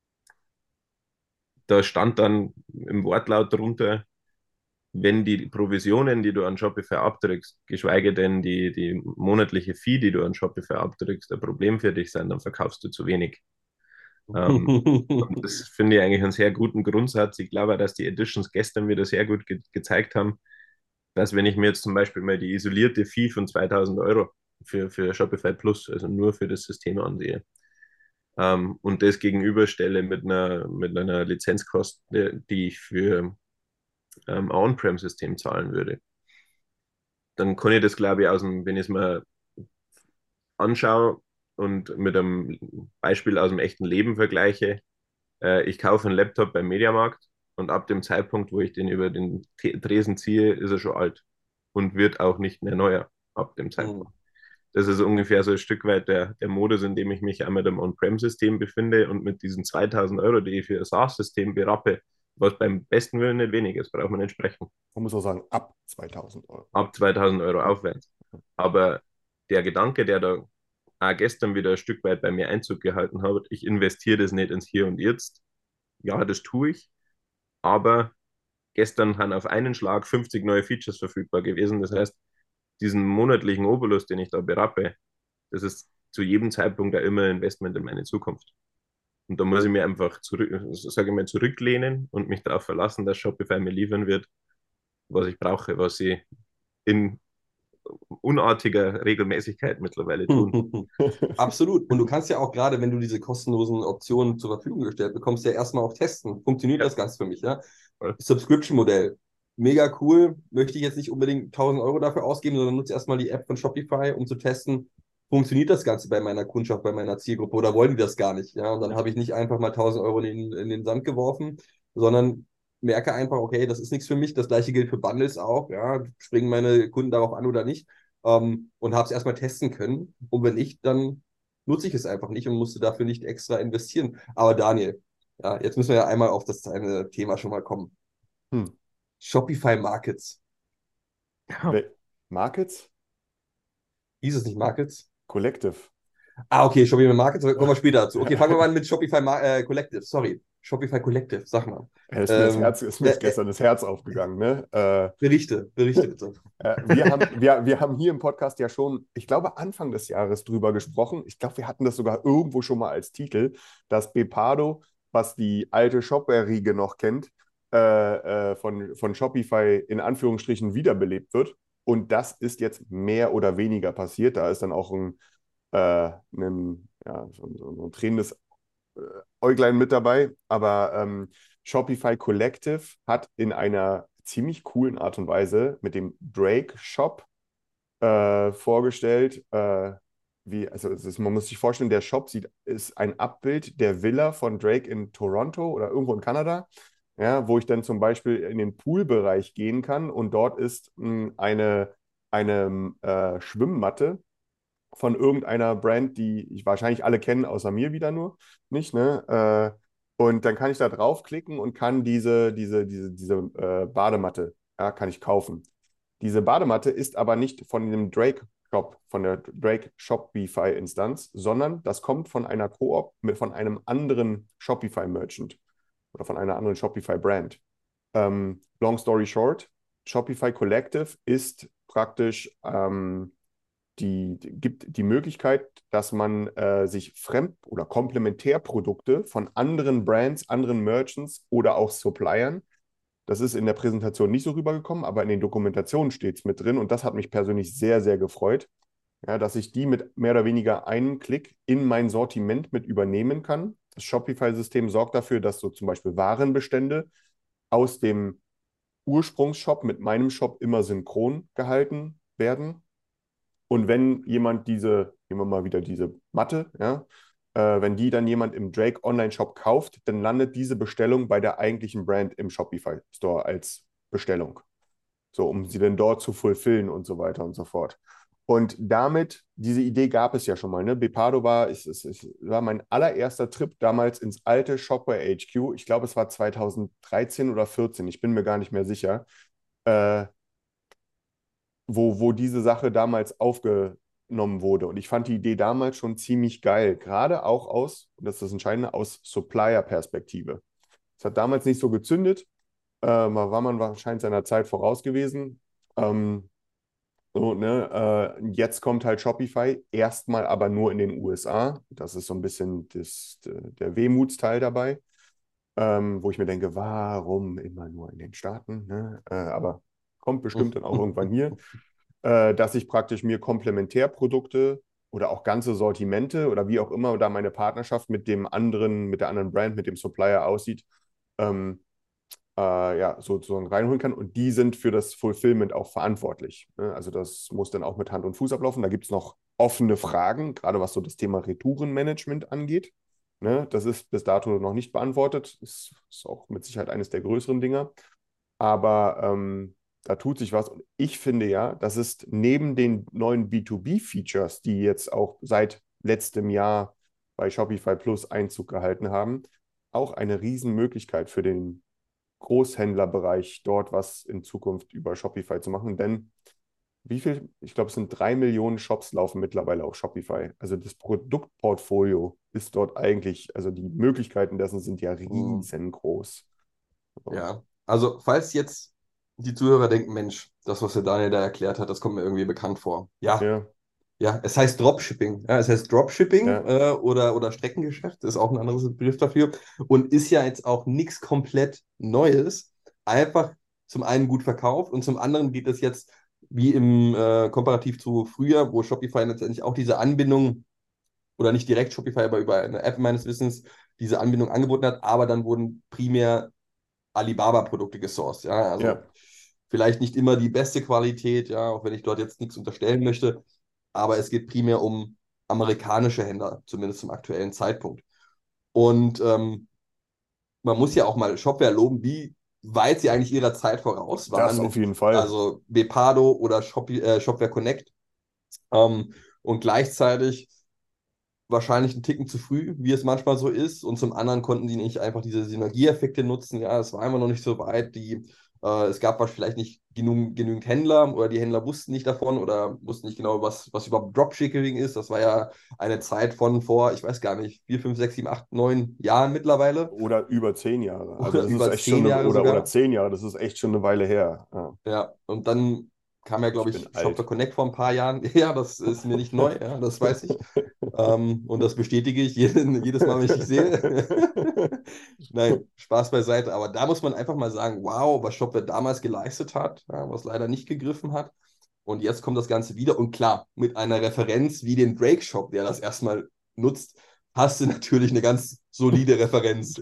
da stand dann im Wortlaut drunter, wenn die Provisionen, die du an Shopify abdrückst, geschweige denn die, die monatliche Fee, die du an Shopify abdrückst, ein Problem für dich sein, dann verkaufst du zu wenig. Ähm, und das finde ich eigentlich einen sehr guten Grundsatz. Ich glaube, dass die Editions gestern wieder sehr gut ge gezeigt haben, dass wenn ich mir jetzt zum Beispiel mal die isolierte Fee von zweitausend Euro für, für Shopify Plus, also nur für das System ansehe, ähm, und das gegenüberstelle mit einer, mit einer Lizenzkosten, die ich für ähm, On-Prem-System zahlen würde, dann kann ich das, glaube ich, aus dem, wenn ich es mir anschaue und mit einem Beispiel aus dem echten Leben vergleiche, äh, ich kaufe einen Laptop beim Mediamarkt und ab dem Zeitpunkt, wo ich den über den Tresen ziehe, ist er schon alt und wird auch nicht mehr neuer ab dem Zeitpunkt. Das ist ungefähr so ein Stück weit der, der Modus, in dem ich mich auch mit dem On-Prem-System befinde und mit diesen zweitausend Euro, die ich für ein SaaS-System berappe, was beim besten Willen nicht wenig ist, braucht man nicht sprechen. Man muss auch sagen, ab zweitausend Euro. Ab zweitausend Euro aufwärts. Aber der Gedanke, der da auch gestern wieder ein Stück weit bei mir Einzug gehalten hat, ich investiere das nicht ins Hier und Jetzt. Ja, das tue ich. Aber gestern haben auf einen Schlag fünfzig neue Features verfügbar gewesen. Das heißt, diesen monatlichen Obolus, den ich da berappe, das ist zu jedem Zeitpunkt da immer ein Investment in meine Zukunft. Und da muss ich mir einfach zurück, sage ich mal, zurücklehnen und mich darauf verlassen, dass Shopify mir liefern wird, was ich brauche, was sie in unartiger Regelmäßigkeit mittlerweile tun. Absolut. Und du kannst ja auch gerade, wenn du diese kostenlosen Optionen zur Verfügung gestellt bekommst, ja erstmal auch testen. Funktioniert Ja. das Ganze für mich, ja? Voll. Subscription-Modell. Mega cool. Möchte ich jetzt nicht unbedingt tausend Euro dafür ausgeben, sondern nutze erstmal die App von Shopify, um zu testen, funktioniert das Ganze bei meiner Kundschaft, bei meiner Zielgruppe oder wollen die das gar nicht? Ja, und dann habe ich nicht einfach mal tausend Euro in den, in den Sand geworfen, sondern merke einfach, okay, das ist nichts für mich. Das gleiche gilt für Bundles auch. Ja, springen meine Kunden darauf an oder nicht? Ähm, und habe es erstmal testen können. Und wenn nicht, dann nutze ich es einfach nicht und musste dafür nicht extra investieren. Aber Daniel, ja, jetzt müssen wir ja einmal auf das eine Thema schon mal kommen. Hm. Shopify Markets. Wel- Markets? Hieß es nicht Markets? Collective. Ah, okay, Shopify Markets, kommen wir später dazu. Okay, fangen wir mal an mit Shopify Mar äh, Collective, sorry. Shopify Collective, sag mal. Ja, ist mir, das Ähm, Herz, ist mir äh, jetzt gestern das Herz aufgegangen, ne? Äh, Berichte, Berichte bitte. äh, wir haben, wir, wir haben hier im Podcast ja schon, ich glaube, Anfang des Jahres drüber gesprochen. Ich glaube, wir hatten das sogar irgendwo schon mal als Titel, dass Bepado, was die alte Shopware-Riege noch kennt, äh, äh, von, von Shopify in Anführungsstrichen wiederbelebt wird. Und das ist jetzt mehr oder weniger passiert. Da ist dann auch ein, äh, ein, ja, so, so, so ein tränendes äh, Äuglein mit dabei. Aber ähm, Shopify Collective hat in einer ziemlich coolen Art und Weise mit dem Drake Shop äh, vorgestellt. Äh, wie, also es ist, man muss sich vorstellen, der Shop sieht, ist ein Abbild der Villa von Drake in Toronto oder irgendwo in Kanada, ja, wo ich dann zum Beispiel in den Poolbereich gehen kann und dort ist mh, eine, eine äh, Schwimmmatte von irgendeiner Brand, die ich wahrscheinlich alle kennen, außer mir wieder nur, nicht, ne? Äh, und dann kann ich da draufklicken und kann diese, diese, diese, diese äh, Badematte, ja, kann ich kaufen. Diese Badematte ist aber nicht von dem Drake Shop, von der Drake Shopify-Instanz, sondern das kommt von einer Koop mit von einem anderen Shopify-Merchant oder von einer anderen Shopify-Brand. Ähm, long story short, Shopify Collective ist praktisch ähm, die, die gibt die Möglichkeit, dass man äh, sich Fremd- oder Komplementärprodukte von anderen Brands, anderen Merchants oder auch Suppliern, das ist in der Präsentation nicht so rübergekommen, aber in den Dokumentationen steht es mit drin und das hat mich persönlich sehr, sehr gefreut, ja, dass ich die mit mehr oder weniger einem Klick in mein Sortiment mit übernehmen kann. Das Shopify-System sorgt dafür, dass so zum Beispiel Warenbestände aus dem Ursprungsshop mit meinem Shop immer synchron gehalten werden. Und wenn jemand diese, nehmen wir mal wieder diese Matte, ja, äh, wenn die dann jemand im Drake Online-Shop kauft, dann landet diese Bestellung bei der eigentlichen Brand im Shopify Store als Bestellung. So, um sie dann dort zu fulfillen und so weiter und so fort. Und damit, diese Idee gab es ja schon mal, ne? Bepado war, ist, ist, ist, war mein allererster Trip damals ins alte Shopware H Q. Ich glaube, es war zweitausenddreizehn oder vierzehn, ich bin mir gar nicht mehr sicher. Äh, wo, wo diese Sache damals aufgenommen wurde. Und ich fand die Idee damals schon ziemlich geil, gerade auch aus, und das ist das Entscheidende, aus Supplier-Perspektive. Es hat damals nicht so gezündet, äh, war man wahrscheinlich seiner Zeit voraus gewesen. Ähm, so, ne, äh, jetzt kommt halt Shopify, erstmal aber nur in den U S A. Das ist so ein bisschen das, der Wehmutsteil dabei, ähm, wo ich mir denke, warum immer nur in den Staaten? Ne? Äh, aber kommt bestimmt dann auch irgendwann hier, äh, dass ich praktisch mir Komplementärprodukte oder auch ganze Sortimente oder wie auch immer da meine Partnerschaft mit dem anderen, mit der anderen Brand, mit dem Supplier aussieht, ähm, äh, ja, sozusagen reinholen kann. Und die sind für das Fulfillment auch verantwortlich. Ne? Also das muss dann auch mit Hand und Fuß ablaufen. Da gibt es noch offene Fragen, gerade was so das Thema Retourenmanagement angeht. Ne? Das ist bis dato noch nicht beantwortet. Das ist auch mit Sicherheit eines der größeren Dinger. Aber ähm, da tut sich was. Und ich finde ja, das ist neben den neuen B zwei B-Features, die jetzt auch seit letztem Jahr bei Shopify Plus Einzug gehalten haben, auch eine Riesenmöglichkeit für den Großhändlerbereich, dort was in Zukunft über Shopify zu machen. Denn wie viel, ich glaube, es sind drei Millionen Shops laufen mittlerweile auf Shopify. Also das Produktportfolio ist dort eigentlich, also die Möglichkeiten dessen sind ja riesengroß. Ja, also falls jetzt die Zuhörer denken, Mensch, das, was der Daniel da erklärt hat, das kommt mir irgendwie bekannt vor. Ja, Ja, ja, es heißt Dropshipping. Ja, es heißt Dropshipping Ja. äh, oder, oder Streckengeschäft, ist auch ein anderes Begriff dafür und ist ja jetzt auch nichts komplett Neues. Einfach zum einen gut verkauft und zum anderen geht es jetzt wie im äh, komparativ zu früher, wo Shopify letztendlich auch diese Anbindung oder nicht direkt Shopify, aber über eine App meines Wissens diese Anbindung angeboten hat, aber dann wurden primär Alibaba-Produkte gesourced. Ja, also Ja. vielleicht nicht immer die beste Qualität, ja, auch wenn ich dort jetzt nichts unterstellen möchte, aber es geht primär um amerikanische Händler, zumindest zum aktuellen Zeitpunkt. Und ähm, man muss ja auch mal Shopware loben, wie weit sie eigentlich ihrer Zeit voraus waren. Das auf mit, jeden Fall. Also Bepado oder Shopi, äh, Shopware Connect. Ähm, und gleichzeitig wahrscheinlich einen Ticken zu früh, wie es manchmal so ist. Und zum anderen konnten die nicht einfach diese Synergieeffekte nutzen. Ja, es war einfach noch nicht so weit. Die Äh, es gab vielleicht nicht genug, genügend Händler oder die Händler wussten nicht davon oder wussten nicht genau, was, was überhaupt Dropshipping ist. Das war ja eine Zeit von vor, ich weiß gar nicht, vier, fünf, sechs, sieben, acht, neun Jahren mittlerweile. Oder über zehn Jahre. Also Oder das ist über echt schon zehn eine, Jahre oder, oder sogar. zehn Jahre, das ist echt schon eine Weile her. Ja, Ja, und dann kam ja, glaube ich ich, bin Shopper alt. Connect vor ein paar Jahren. Ja, das ist mir nicht neu, ja, das weiß ich. Ähm, und das bestätige ich jeden, jedes Mal, wenn ich dich sehe. Nein, Spaß beiseite. Aber da muss man einfach mal sagen, wow, was Shopware damals geleistet hat, ja, was leider nicht gegriffen hat. Und jetzt kommt das Ganze wieder. Und klar, mit einer Referenz wie den Drake Shop, der das erstmal nutzt, hast du natürlich eine ganz solide Referenz.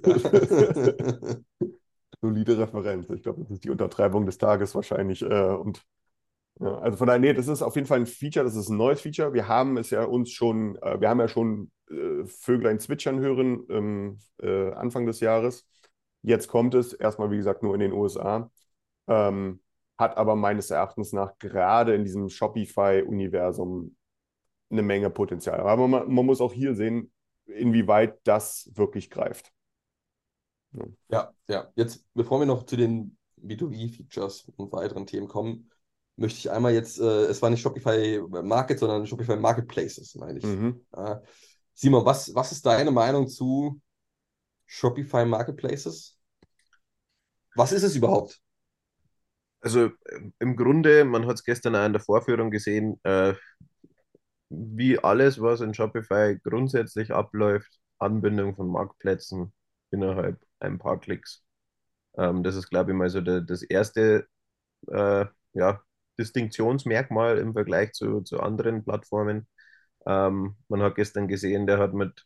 Solide Referenz. Ich glaube, das ist die Untertreibung des Tages wahrscheinlich. Äh, und ja, also von daher, nee, das ist auf jeden Fall ein Feature, das ist ein neues Feature. Wir haben es ja uns schon, äh, wir haben ja schon äh, Vöglein zwitschern hören ähm, äh, Anfang des Jahres. Jetzt kommt es, erstmal wie gesagt nur in den U S A, ähm, hat aber meines Erachtens nach gerade in diesem Shopify-Universum eine Menge Potenzial. Aber man, man muss auch hier sehen, inwieweit das wirklich greift. Ja. Ja, ja. Jetzt, bevor wir noch zu den B zwei B-Features und weiteren Themen kommen, möchte ich einmal jetzt, äh, es war nicht Shopify Market, sondern Shopify Marketplaces, meine ich. Mhm. Ja. Simon, was, was ist deine Meinung zu Shopify Marketplaces? Was ist es überhaupt? Also äh, im Grunde, man hat es gestern auch in der Vorführung gesehen, äh, wie alles, was in Shopify grundsätzlich abläuft, Anbindung von Marktplätzen innerhalb ein paar Klicks. Ähm, das ist, glaube ich, mal so der, das erste äh, ja, Distinktionsmerkmal im Vergleich zu, zu anderen Plattformen. Ähm, man hat gestern gesehen, der hat mit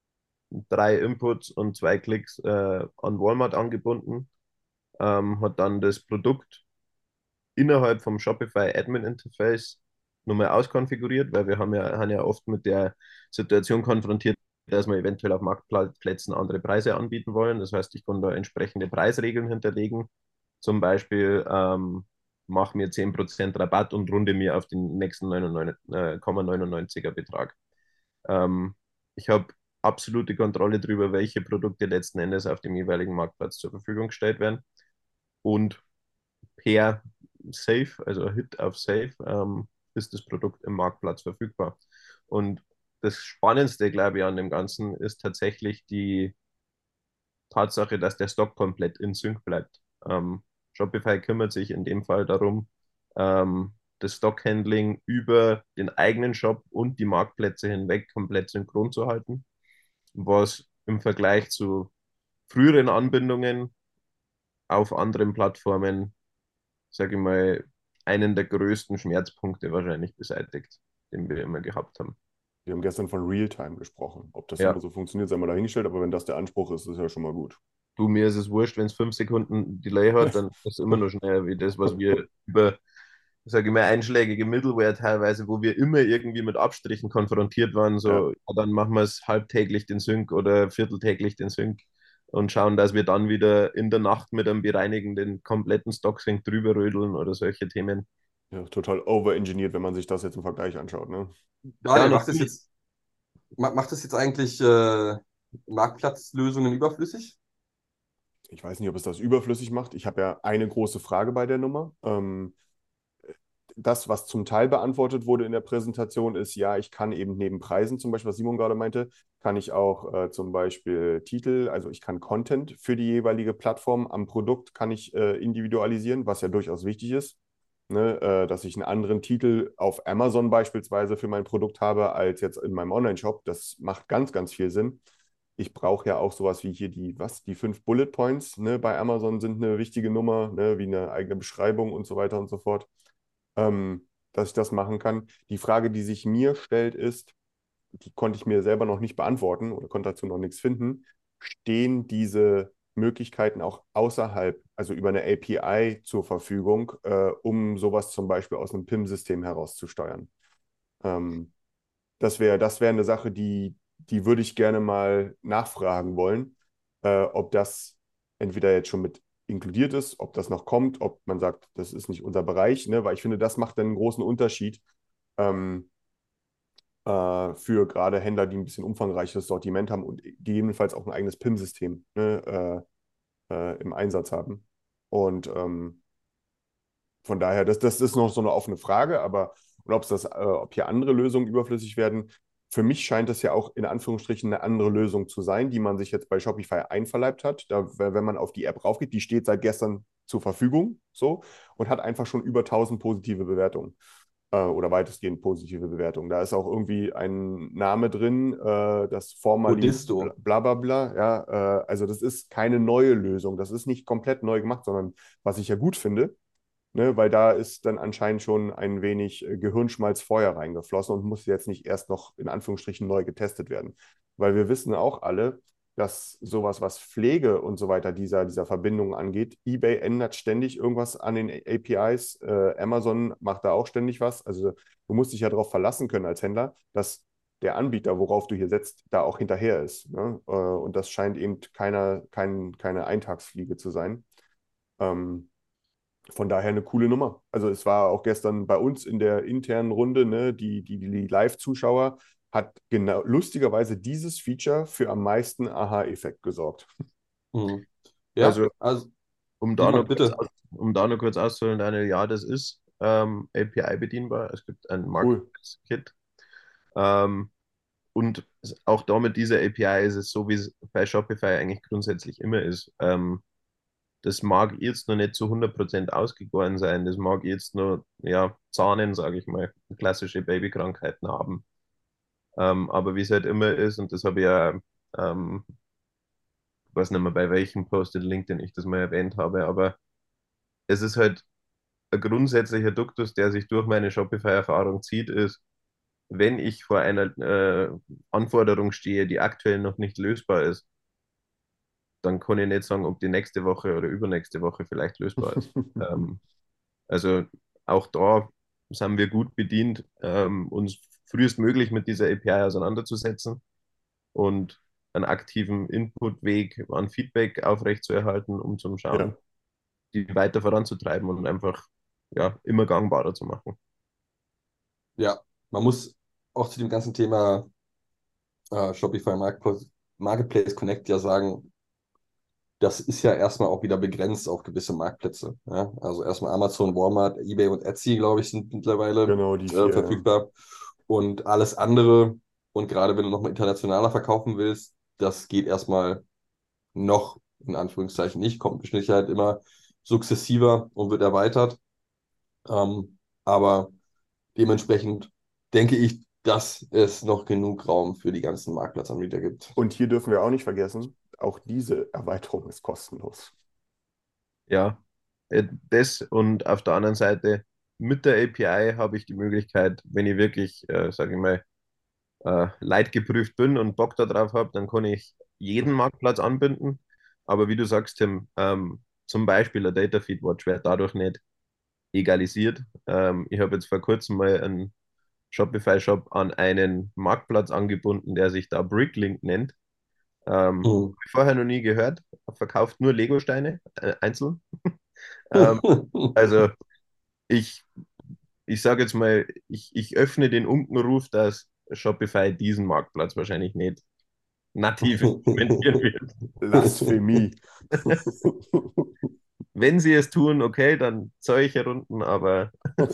drei Inputs und zwei Klicks äh, an Walmart angebunden, ähm, hat dann das Produkt innerhalb vom Shopify Admin Interface nochmal auskonfiguriert, weil wir haben ja, haben ja oft mit der Situation konfrontiert, dass wir eventuell auf Marktplätzen andere Preise anbieten wollen. Das heißt, ich kann da entsprechende Preisregeln hinterlegen. Zum Beispiel ähm, mach mir zehn Prozent Rabatt und runde mir auf den nächsten neunundneunzig, äh, Betrag. Ähm, ich habe absolute Kontrolle darüber, welche Produkte letzten Endes auf dem jeweiligen Marktplatz zur Verfügung gestellt werden. Und per Safe, also Hit auf Safe, ähm, ist das Produkt im Marktplatz verfügbar. Und das Spannendste, glaube ich, an dem Ganzen ist tatsächlich die Tatsache, dass der Stock komplett in Sync bleibt. Ähm, Shopify kümmert sich in dem Fall darum, ähm, das Stockhandling über den eigenen Shop und die Marktplätze hinweg komplett synchron zu halten, was im Vergleich zu früheren Anbindungen auf anderen Plattformen, sage ich mal, einen der größten Schmerzpunkte wahrscheinlich beseitigt, den wir immer gehabt haben. Wir haben gestern von Realtime gesprochen. Ob das Ja. immer so funktioniert, sei mal dahingestellt, aber wenn das der Anspruch ist, ist ja schon mal gut. Du, mir ist es wurscht, wenn es fünf Sekunden Delay hat, dann ist es immer noch schneller wie das, was wir über, sage ich mal, einschlägige Middleware teilweise, wo wir immer irgendwie mit Abstrichen konfrontiert waren, so, Ja. ja, dann machen wir es halbtäglich den Sync oder vierteltäglich den Sync und schauen, dass wir dann wieder in der Nacht mit einem bereinigenden kompletten Stock-Sync drüber rödeln oder solche Themen. Ja, total overengineert, wenn man sich das jetzt im Vergleich anschaut. Ne? Daniel, Ja, macht das jetzt, ma- macht das jetzt eigentlich äh, Marktplatzlösungen überflüssig? Ich weiß nicht, ob es das überflüssig macht. Ich habe ja eine große Frage bei der Nummer. Ähm, das, was zum Teil beantwortet wurde in der Präsentation, ist, ja, ich kann eben neben Preisen, zum Beispiel, was Simon gerade meinte, kann ich auch äh, zum Beispiel Titel, also ich kann Content für die jeweilige Plattform am Produkt kann ich äh, individualisieren, was ja durchaus wichtig ist. Ne, äh, dass ich einen anderen Titel auf Amazon beispielsweise für mein Produkt habe, als jetzt in meinem Online-Shop. Das macht ganz, ganz viel Sinn. Ich brauche ja auch sowas wie hier die, was, die fünf Bullet Points, ne, bei Amazon sind eine wichtige Nummer, ne, wie eine eigene Beschreibung und so weiter und so fort, ähm, dass ich das machen kann. Die Frage, die sich mir stellt, ist, die konnte ich mir selber noch nicht beantworten oder konnte dazu noch nichts finden. Stehen diese Möglichkeiten auch außerhalb, also über eine A P I zur Verfügung, äh, um sowas zum Beispiel aus einem P I M-System herauszusteuern? Ähm, das wäre das wär eine Sache, die, die würde ich gerne mal nachfragen wollen, äh, ob das entweder jetzt schon mit inkludiert ist, ob das noch kommt, ob man sagt, das ist nicht unser Bereich, ne? Weil ich finde, das macht dann einen großen Unterschied. Ähm, äh, für gerade Händler, die ein bisschen umfangreiches Sortiment haben und gegebenenfalls auch ein eigenes P I M-System, ne, äh, äh, im Einsatz haben. Und ähm, von daher, das, das ist noch so eine offene Frage, aber und ob es das, äh, ob hier andere Lösungen überflüssig werden. Für mich scheint das ja auch in Anführungsstrichen eine andere Lösung zu sein, die man sich jetzt bei Shopify einverleibt hat. Da, wenn man auf die App raufgeht, die steht seit gestern zur Verfügung so und hat einfach schon über tausend positive Bewertungen äh, oder weitestgehend positive Bewertungen. Da ist auch irgendwie ein Name drin, äh, das formerly Modisto. bla bla bla. Ja, äh, also das ist keine neue Lösung. Das ist nicht komplett neu gemacht, sondern was ich ja gut finde, ne, weil da ist dann anscheinend schon ein wenig äh, Gehirnschmalz vorher reingeflossen und muss jetzt nicht erst noch in Anführungsstrichen neu getestet werden. Weil wir wissen auch alle, dass sowas, was Pflege und so weiter dieser, dieser Verbindungen angeht, eBay ändert ständig irgendwas an den A P Is, äh, Amazon macht da auch ständig was. Also du musst dich ja darauf verlassen können als Händler, dass der Anbieter, worauf du hier setzt, da auch hinterher ist. Ne? Äh, und das scheint eben keiner, kein, keine Eintagsfliege zu sein. Ähm, von daher eine coole Nummer. Also es war auch gestern bei uns in der internen Runde, ne, die, die, die Live-Zuschauer, hat genau lustigerweise dieses Feature für am meisten Aha-Effekt gesorgt. Mhm. Ja, Also, also, um da, Simon, noch kurz bitte. aus, um da noch kurz auszuholen, Daniel, ja, das ist ähm, A P I bedienbar. Es gibt ein Cool. Marketplace-Kit. Ähm, und auch da mit dieser A P I ist es so, wie es bei Shopify eigentlich grundsätzlich immer ist. Ähm, das mag jetzt noch nicht zu hundert Prozent ausgegoren sein. Das mag jetzt nur, ja, Zahnen, sage ich mal, klassische Babykrankheiten haben. Ähm, aber wie es halt immer ist, und das habe ich ja, ähm, ich weiß nicht mehr, bei welchem Post in LinkedIn ich das mal erwähnt habe, aber es ist halt ein grundsätzlicher Duktus, der sich durch meine Shopify-Erfahrung zieht, ist, wenn ich vor einer äh, Anforderung stehe, die aktuell noch nicht lösbar ist, dann kann ich nicht sagen, ob die nächste Woche oder übernächste Woche vielleicht lösbar ist. Ähm, also auch da sind wir gut bedient, ähm, uns frühestmöglich mit dieser A P I auseinanderzusetzen und einen aktiven Inputweg an Feedback aufrechtzuerhalten, um zu schauen, Ja. die weiter voranzutreiben und einfach ja, immer gangbarer zu machen. Ja, man muss auch zu dem ganzen Thema äh, Shopify Marketplace, Marketplace Connect ja sagen, das ist ja erstmal auch wieder begrenzt auf gewisse Marktplätze. Ja? Also erstmal Amazon, Walmart, eBay und Etsy, glaube ich, sind mittlerweile Genau, die äh, vier. verfügbar. Und alles andere, und gerade wenn du nochmal internationaler verkaufen willst, das geht erstmal noch in Anführungszeichen nicht, kommt mit Sicherheit immer sukzessiver und wird erweitert. Ähm, aber dementsprechend denke ich, dass es noch genug Raum für die ganzen Marktplatzanbieter gibt. Und hier dürfen wir auch nicht vergessen, auch diese Erweiterung ist kostenlos. Ja, äh, das und auf der anderen Seite mit der A P I habe ich die Möglichkeit, wenn ich wirklich, äh, sage ich mal, äh, leidgeprüft bin und Bock darauf habe, dann kann ich jeden Marktplatz anbinden. Aber wie du sagst, Tim, ähm, zum Beispiel ein Data Feed Watch wird dadurch nicht egalisiert. Ähm, ich habe jetzt vor kurzem mal einen Shopify-Shop an einen Marktplatz angebunden, der sich da Bricklink nennt. Ähm, Hm. Habe ich vorher noch nie gehört. Verkauft nur Lego-Steine äh, einzeln. Ähm, also ich, ich sage jetzt mal, ich, ich öffne den Unkenruf, dass Shopify diesen Marktplatz wahrscheinlich nicht nativ implementieren wird. Blasphemie. Wenn sie es tun, okay, dann solche Runden, aber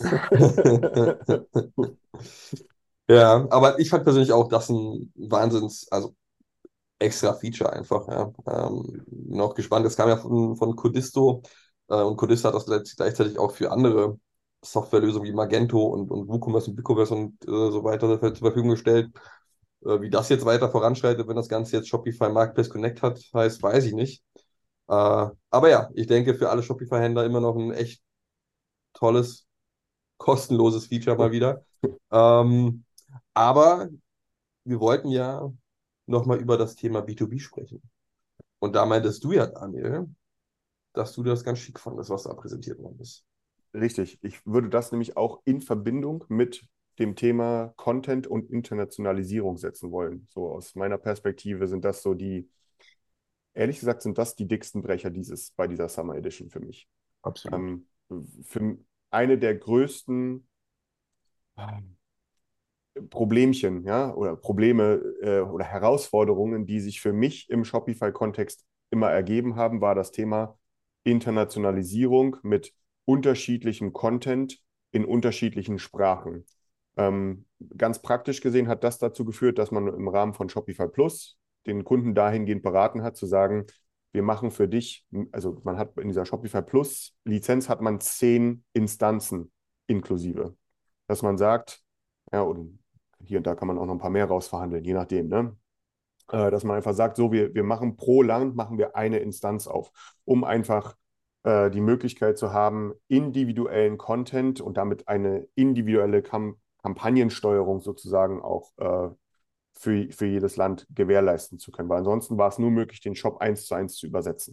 Ja, aber ich fand persönlich auch das ein Wahnsinns, also extra Feature einfach. Ja. Ähm, bin auch gespannt. Es kam ja von, von Codisto äh, und Codisto hat das gleich- gleichzeitig auch für andere Softwarelösungen wie Magento und, und WooCommerce und BigCommerce und äh, so weiter zur Verfügung gestellt. Äh, wie das jetzt weiter voranschreitet, wenn das Ganze jetzt Shopify Marketplace Connect hat, heißt, weiß ich nicht. Äh, aber ja, ich denke für alle Shopify-Händler immer noch ein echt tolles, kostenloses Feature mal wieder. Ähm, aber wir wollten ja nochmal über das Thema B zwei B sprechen. Und da meintest du ja, Daniel, dass du das ganz schick fandest, was da präsentiert worden ist. Richtig. Ich würde das nämlich auch in Verbindung mit dem Thema Content und Internationalisierung setzen wollen. So aus meiner Perspektive sind das so die, ehrlich gesagt, sind das die dicksten Brecher dieses, bei dieser Summer Edition für mich. absolut. Ähm, für eine der größten ähm, Problemchen, ja, oder Probleme äh, oder Herausforderungen, die sich für mich im Shopify-Kontext immer ergeben haben, war das Thema Internationalisierung mit unterschiedlichem Content in unterschiedlichen Sprachen. Ähm, ganz praktisch gesehen hat das dazu geführt, dass man im Rahmen von Shopify Plus den Kunden dahingehend beraten hat, zu sagen, wir machen für dich, also man hat in dieser Shopify Plus Lizenz hat man zehn Instanzen inklusive. Dass man sagt, ja, und hier und da kann man auch noch ein paar mehr rausverhandeln, je nachdem, ne? Äh, dass man einfach sagt, so, wir, wir machen pro Land machen wir eine Instanz auf, um einfach äh, die Möglichkeit zu haben, individuellen Content und damit eine individuelle Kam Kampagnensteuerung sozusagen auch äh, für, für jedes Land gewährleisten zu können. Weil ansonsten war es nur möglich, den Shop eins zu eins zu übersetzen.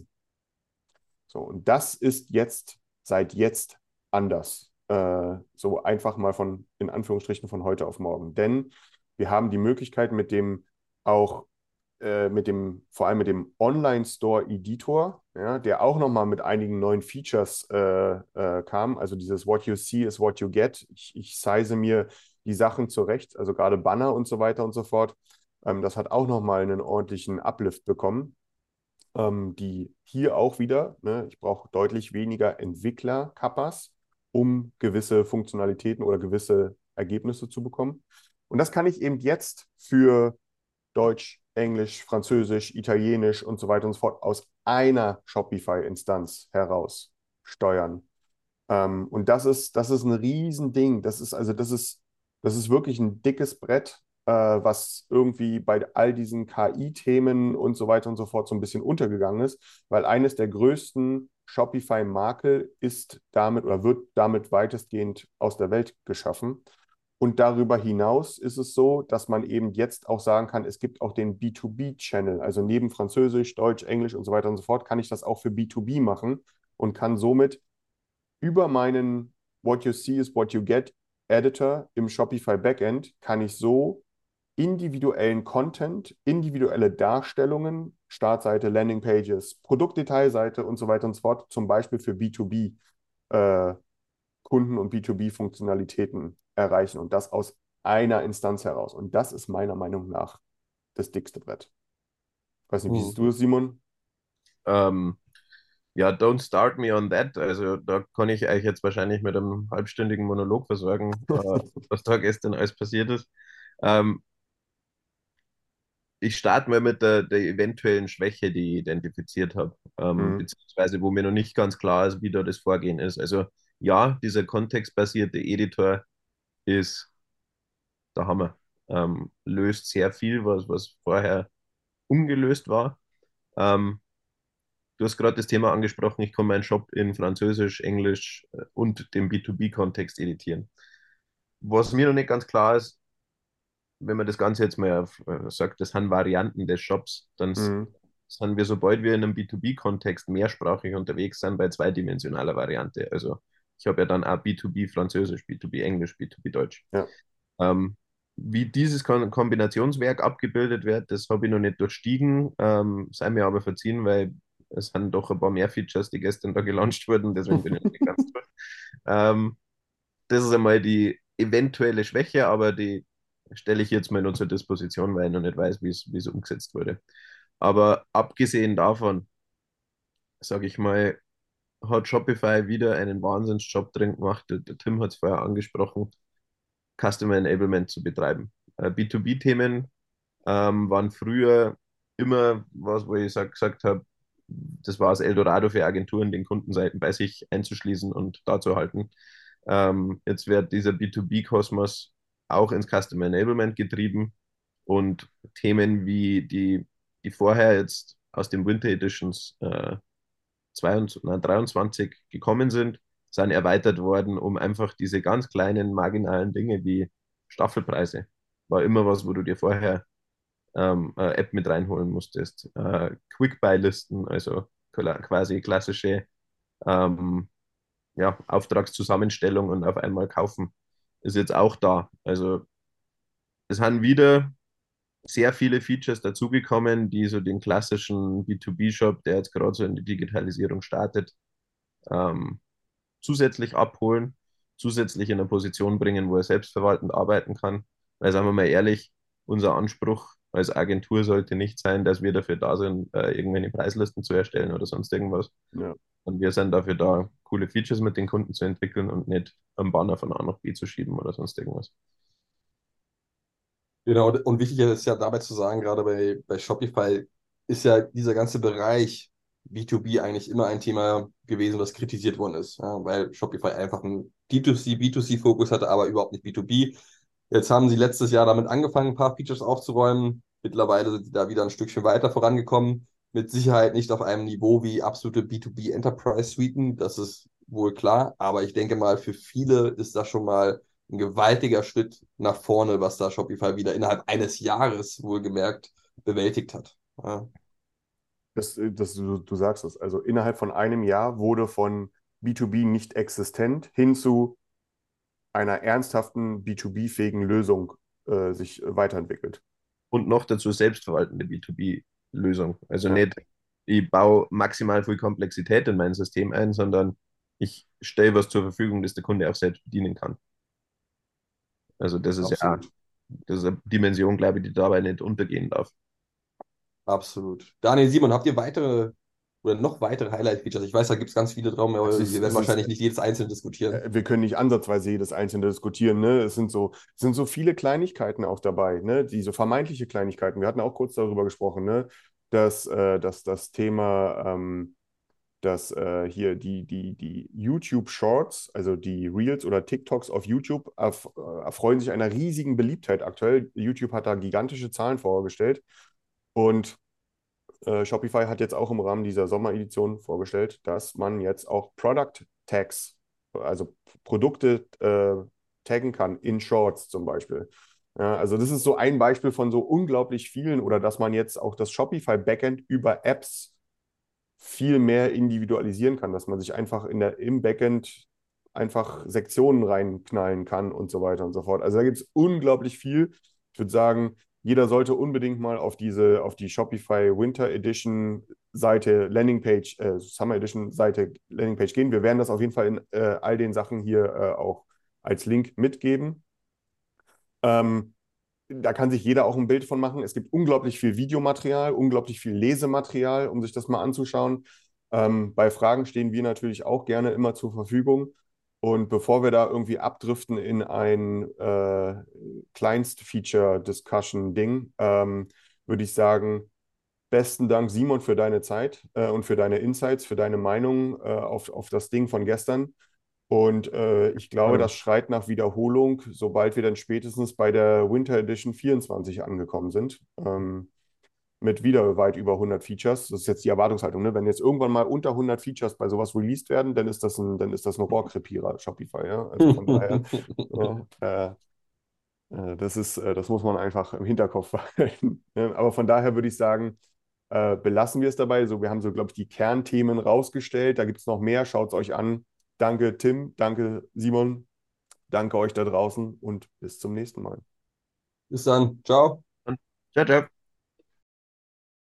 So, und das ist jetzt, seit jetzt anders. Äh, so einfach mal von, in Anführungsstrichen, von heute auf morgen. Denn wir haben die Möglichkeit mit dem auch, äh, mit dem, vor allem mit dem Online-Store-Editor, ja, der auch nochmal mit einigen neuen Features äh, äh, kam. Also dieses What you see is what you get. Ich, ich size mir die Sachen zurecht, also gerade Banner und so weiter und so fort. Ähm, das hat auch nochmal einen ordentlichen Uplift bekommen. Ähm, die hier auch wieder, ne, ich brauche deutlich weniger Entwickler-Kappas, um gewisse Funktionalitäten oder gewisse Ergebnisse zu bekommen. Und das kann ich eben jetzt für Deutsch, Englisch, Französisch, Italienisch und so weiter und so fort aus einer Shopify-Instanz heraus steuern. Ähm, und das ist, das ist ein Riesending. Das ist also, das ist, das ist wirklich ein dickes Brett, äh, was irgendwie bei all diesen K I-Themen und so weiter und so fort so ein bisschen untergegangen ist, weil eines der größten Shopify-Makel ist damit oder wird damit weitestgehend aus der Welt geschaffen. Und darüber hinaus ist es so, dass man eben jetzt auch sagen kann, es gibt auch den B zwei B-Channel. Also neben Französisch, Deutsch, Englisch und so weiter und so fort kann ich das auch für B zwei B machen und kann somit über meinen What you see is what you get Editor im Shopify Backend kann ich so individuellen Content, individuelle Darstellungen, Startseite, Landingpages, Produktdetailseite und so weiter und so fort, zum Beispiel für B zwei B äh, Kunden und B zwei B-Funktionalitäten erreichen und das aus einer Instanz heraus. Und das ist meiner Meinung nach das dickste Brett. Weiß nicht, wie Mhm. siehst du das, Simon? Ähm, ja, don't start me on that. Also da kann ich euch jetzt wahrscheinlich mit einem halbstündigen Monolog versorgen, äh, was da gestern alles passiert ist. Ähm, ich starte mal mit der, der eventuellen Schwäche, die ich identifiziert habe, ähm, Mhm. beziehungsweise wo mir noch nicht ganz klar ist, wie da das Vorgehen ist. Also ja, dieser kontextbasierte Editor ist der Hammer. Ähm, löst sehr viel, was, was vorher ungelöst war. Ähm, du hast gerade das Thema angesprochen, ich kann meinen Shop in Französisch, Englisch äh, und dem B zwei B-Kontext editieren. Was mir noch nicht ganz klar ist, wenn man das Ganze jetzt mal auf, äh, sagt, das sind Varianten des Shops, dann s- Mhm. sind wir, sobald wir in einem B zwei B-Kontext mehrsprachig unterwegs sind, bei zweidimensionaler Variante. Also ich habe ja dann auch B zwei B Französisch, B zwei B Englisch, B zwei B Deutsch. Ja. Ähm, wie dieses Kon Kombinationswerk abgebildet wird, das habe ich noch nicht durchstiegen, ähm, sei mir aber verziehen, weil es sind doch ein paar mehr Features, die gestern da gelauncht wurden, deswegen bin ich noch nicht ganz durch. Ähm, das ist einmal die eventuelle Schwäche, aber die stelle ich jetzt mal nur zur Disposition, weil ich noch nicht weiß, wie es wie es umgesetzt wurde. Aber abgesehen davon, sage ich mal, hat Shopify wieder einen Wahnsinnsjob drin gemacht. Der, der Tim hat es vorher angesprochen, Customer Enablement zu betreiben. Äh, B zwei B-Themen ähm, waren früher immer was, wo ich sag, gesagt habe, das war das Eldorado für Agenturen, den Kundenseiten bei sich einzuschließen und da zu halten. Ähm, jetzt wird dieser B zwei B-Kosmos auch ins Customer Enablement getrieben und Themen wie die, die vorher jetzt aus den Winter Editions äh, zweiundzwanzig, nein, dreiundzwanzig gekommen sind, sind erweitert worden, um einfach diese ganz kleinen marginalen Dinge wie Staffelpreise, war immer was, wo du dir vorher ähm, eine App mit reinholen musstest. Äh, Quick-Buy-Listen, also quasi klassische ähm, ja, Auftragszusammenstellung und auf einmal kaufen, ist jetzt auch da. Also es haben wieder sehr viele Features dazugekommen, die so den klassischen B zwei B-Shop, der jetzt gerade so in die Digitalisierung startet, ähm, zusätzlich abholen, zusätzlich in eine Position bringen, wo er selbstverwaltend arbeiten kann. Weil, sagen wir mal ehrlich, unser Anspruch als Agentur sollte nicht sein, dass wir dafür da sind, äh, irgendwelche Preislisten zu erstellen oder sonst irgendwas, Ja. Und wir sind dafür da, coole Features mit den Kunden zu entwickeln und nicht einen Banner von A nach B zu schieben oder sonst irgendwas. Genau, und und wichtig ist ja dabei zu sagen, gerade bei, bei Shopify ist ja dieser ganze Bereich B zwei B eigentlich immer ein Thema gewesen, was kritisiert worden ist, ja, weil Shopify einfach einen D zwei C, B zwei C-Fokus hatte, aber überhaupt nicht B zwei B. Jetzt haben sie letztes Jahr damit angefangen, ein paar Features aufzuräumen. Mittlerweile sind sie da wieder ein Stückchen weiter vorangekommen. Mit Sicherheit nicht auf einem Niveau wie absolute B zwei B Enterprise Suiten, das ist wohl klar. Aber ich denke mal, für viele ist das schon mal ein gewaltiger Schritt nach vorne, was da Shopify wieder innerhalb eines Jahres wohlgemerkt bewältigt hat. Ja, Das, äh, das, du, du sagst es. Also innerhalb von einem Jahr wurde von B zwei B nicht existent hin zu einer ernsthaften B zwei B-fähigen Lösung äh, sich äh, weiterentwickelt. Und noch dazu selbstverwaltende B zwei B-Lösung. Also Ja. nicht, ich baue maximal viel Komplexität in mein System ein, sondern ich stelle was zur Verfügung, das der Kunde auch selbst bedienen kann. Also das ist ja, absolut. das ist eine Dimension, glaube ich, die dabei nicht untergehen darf. Absolut. Daniel, Simon, habt ihr weitere oder noch weitere Highlight-Features? Ich weiß, da gibt es ganz viele drauf, aber Es wir ist, werden es ist, wahrscheinlich nicht jedes einzeln diskutieren. äh, wir können nicht ansatzweise jedes einzelne diskutieren. Ne? Es sind so, es sind so viele Kleinigkeiten auch dabei, ne? Diese vermeintliche Kleinigkeiten. Wir hatten auch kurz darüber gesprochen, ne? Dass, äh, dass das Thema, ähm, dass äh, hier die, die, die YouTube Shorts, also die Reels oder TikToks auf YouTube, erf äh, erfreuen sich einer riesigen Beliebtheit aktuell. YouTube hat da gigantische Zahlen vorgestellt und äh, Shopify hat jetzt auch im Rahmen dieser Sommeredition vorgestellt, dass man jetzt auch Product Tags, also Produkte äh, taggen kann in Shorts zum Beispiel. Ja, also das ist so ein Beispiel von so unglaublich vielen oder dass man jetzt auch das Shopify Backend über Apps viel mehr individualisieren kann, dass man sich einfach in der, im Backend einfach Sektionen reinknallen kann und so weiter und so fort. Also da gibt es unglaublich viel. Ich würde sagen, jeder sollte unbedingt mal auf diese, auf die Shopify Winter Edition Seite, Landingpage, äh, Summer Edition Seite, Landingpage gehen. Wir werden das auf jeden Fall in äh, all den Sachen hier äh, auch als Link mitgeben. Ähm, Da kann sich jeder auch ein Bild von machen. Es gibt unglaublich viel Videomaterial, unglaublich viel Lesematerial, um sich das mal anzuschauen. Ähm, bei Fragen stehen wir natürlich auch gerne immer zur Verfügung. Und bevor wir da irgendwie abdriften in ein äh, Kleinst-Feature-Discussion-Ding, ähm, würde ich sagen, besten Dank, Simon, für deine Zeit äh, und für deine Insights, für deine Meinung äh, auf, auf das Ding von gestern. Und äh, ich glaube, Also, das schreit nach Wiederholung, sobald wir dann spätestens bei der Winter Edition vierundzwanzig angekommen sind. Ähm, mit wieder weit über hundert Features. Das ist jetzt die Erwartungshaltung. Ne? Wenn jetzt irgendwann mal unter hundert Features bei sowas released werden, dann ist das ein, dann ist das ein Rohrkrepierer, Shopify. Ja? Also von daher, ja, äh, äh, das ist, äh, das muss man einfach im Hinterkopf behalten. Ne? Aber von daher würde ich sagen, äh, belassen wir es dabei. So, wir haben so, glaube ich, die Kernthemen rausgestellt. Da gibt es noch mehr. Schaut es euch an. Danke, Tim. Danke, Simon. Danke euch da draußen und bis zum nächsten Mal. Bis dann. Ciao. ciao, ciao.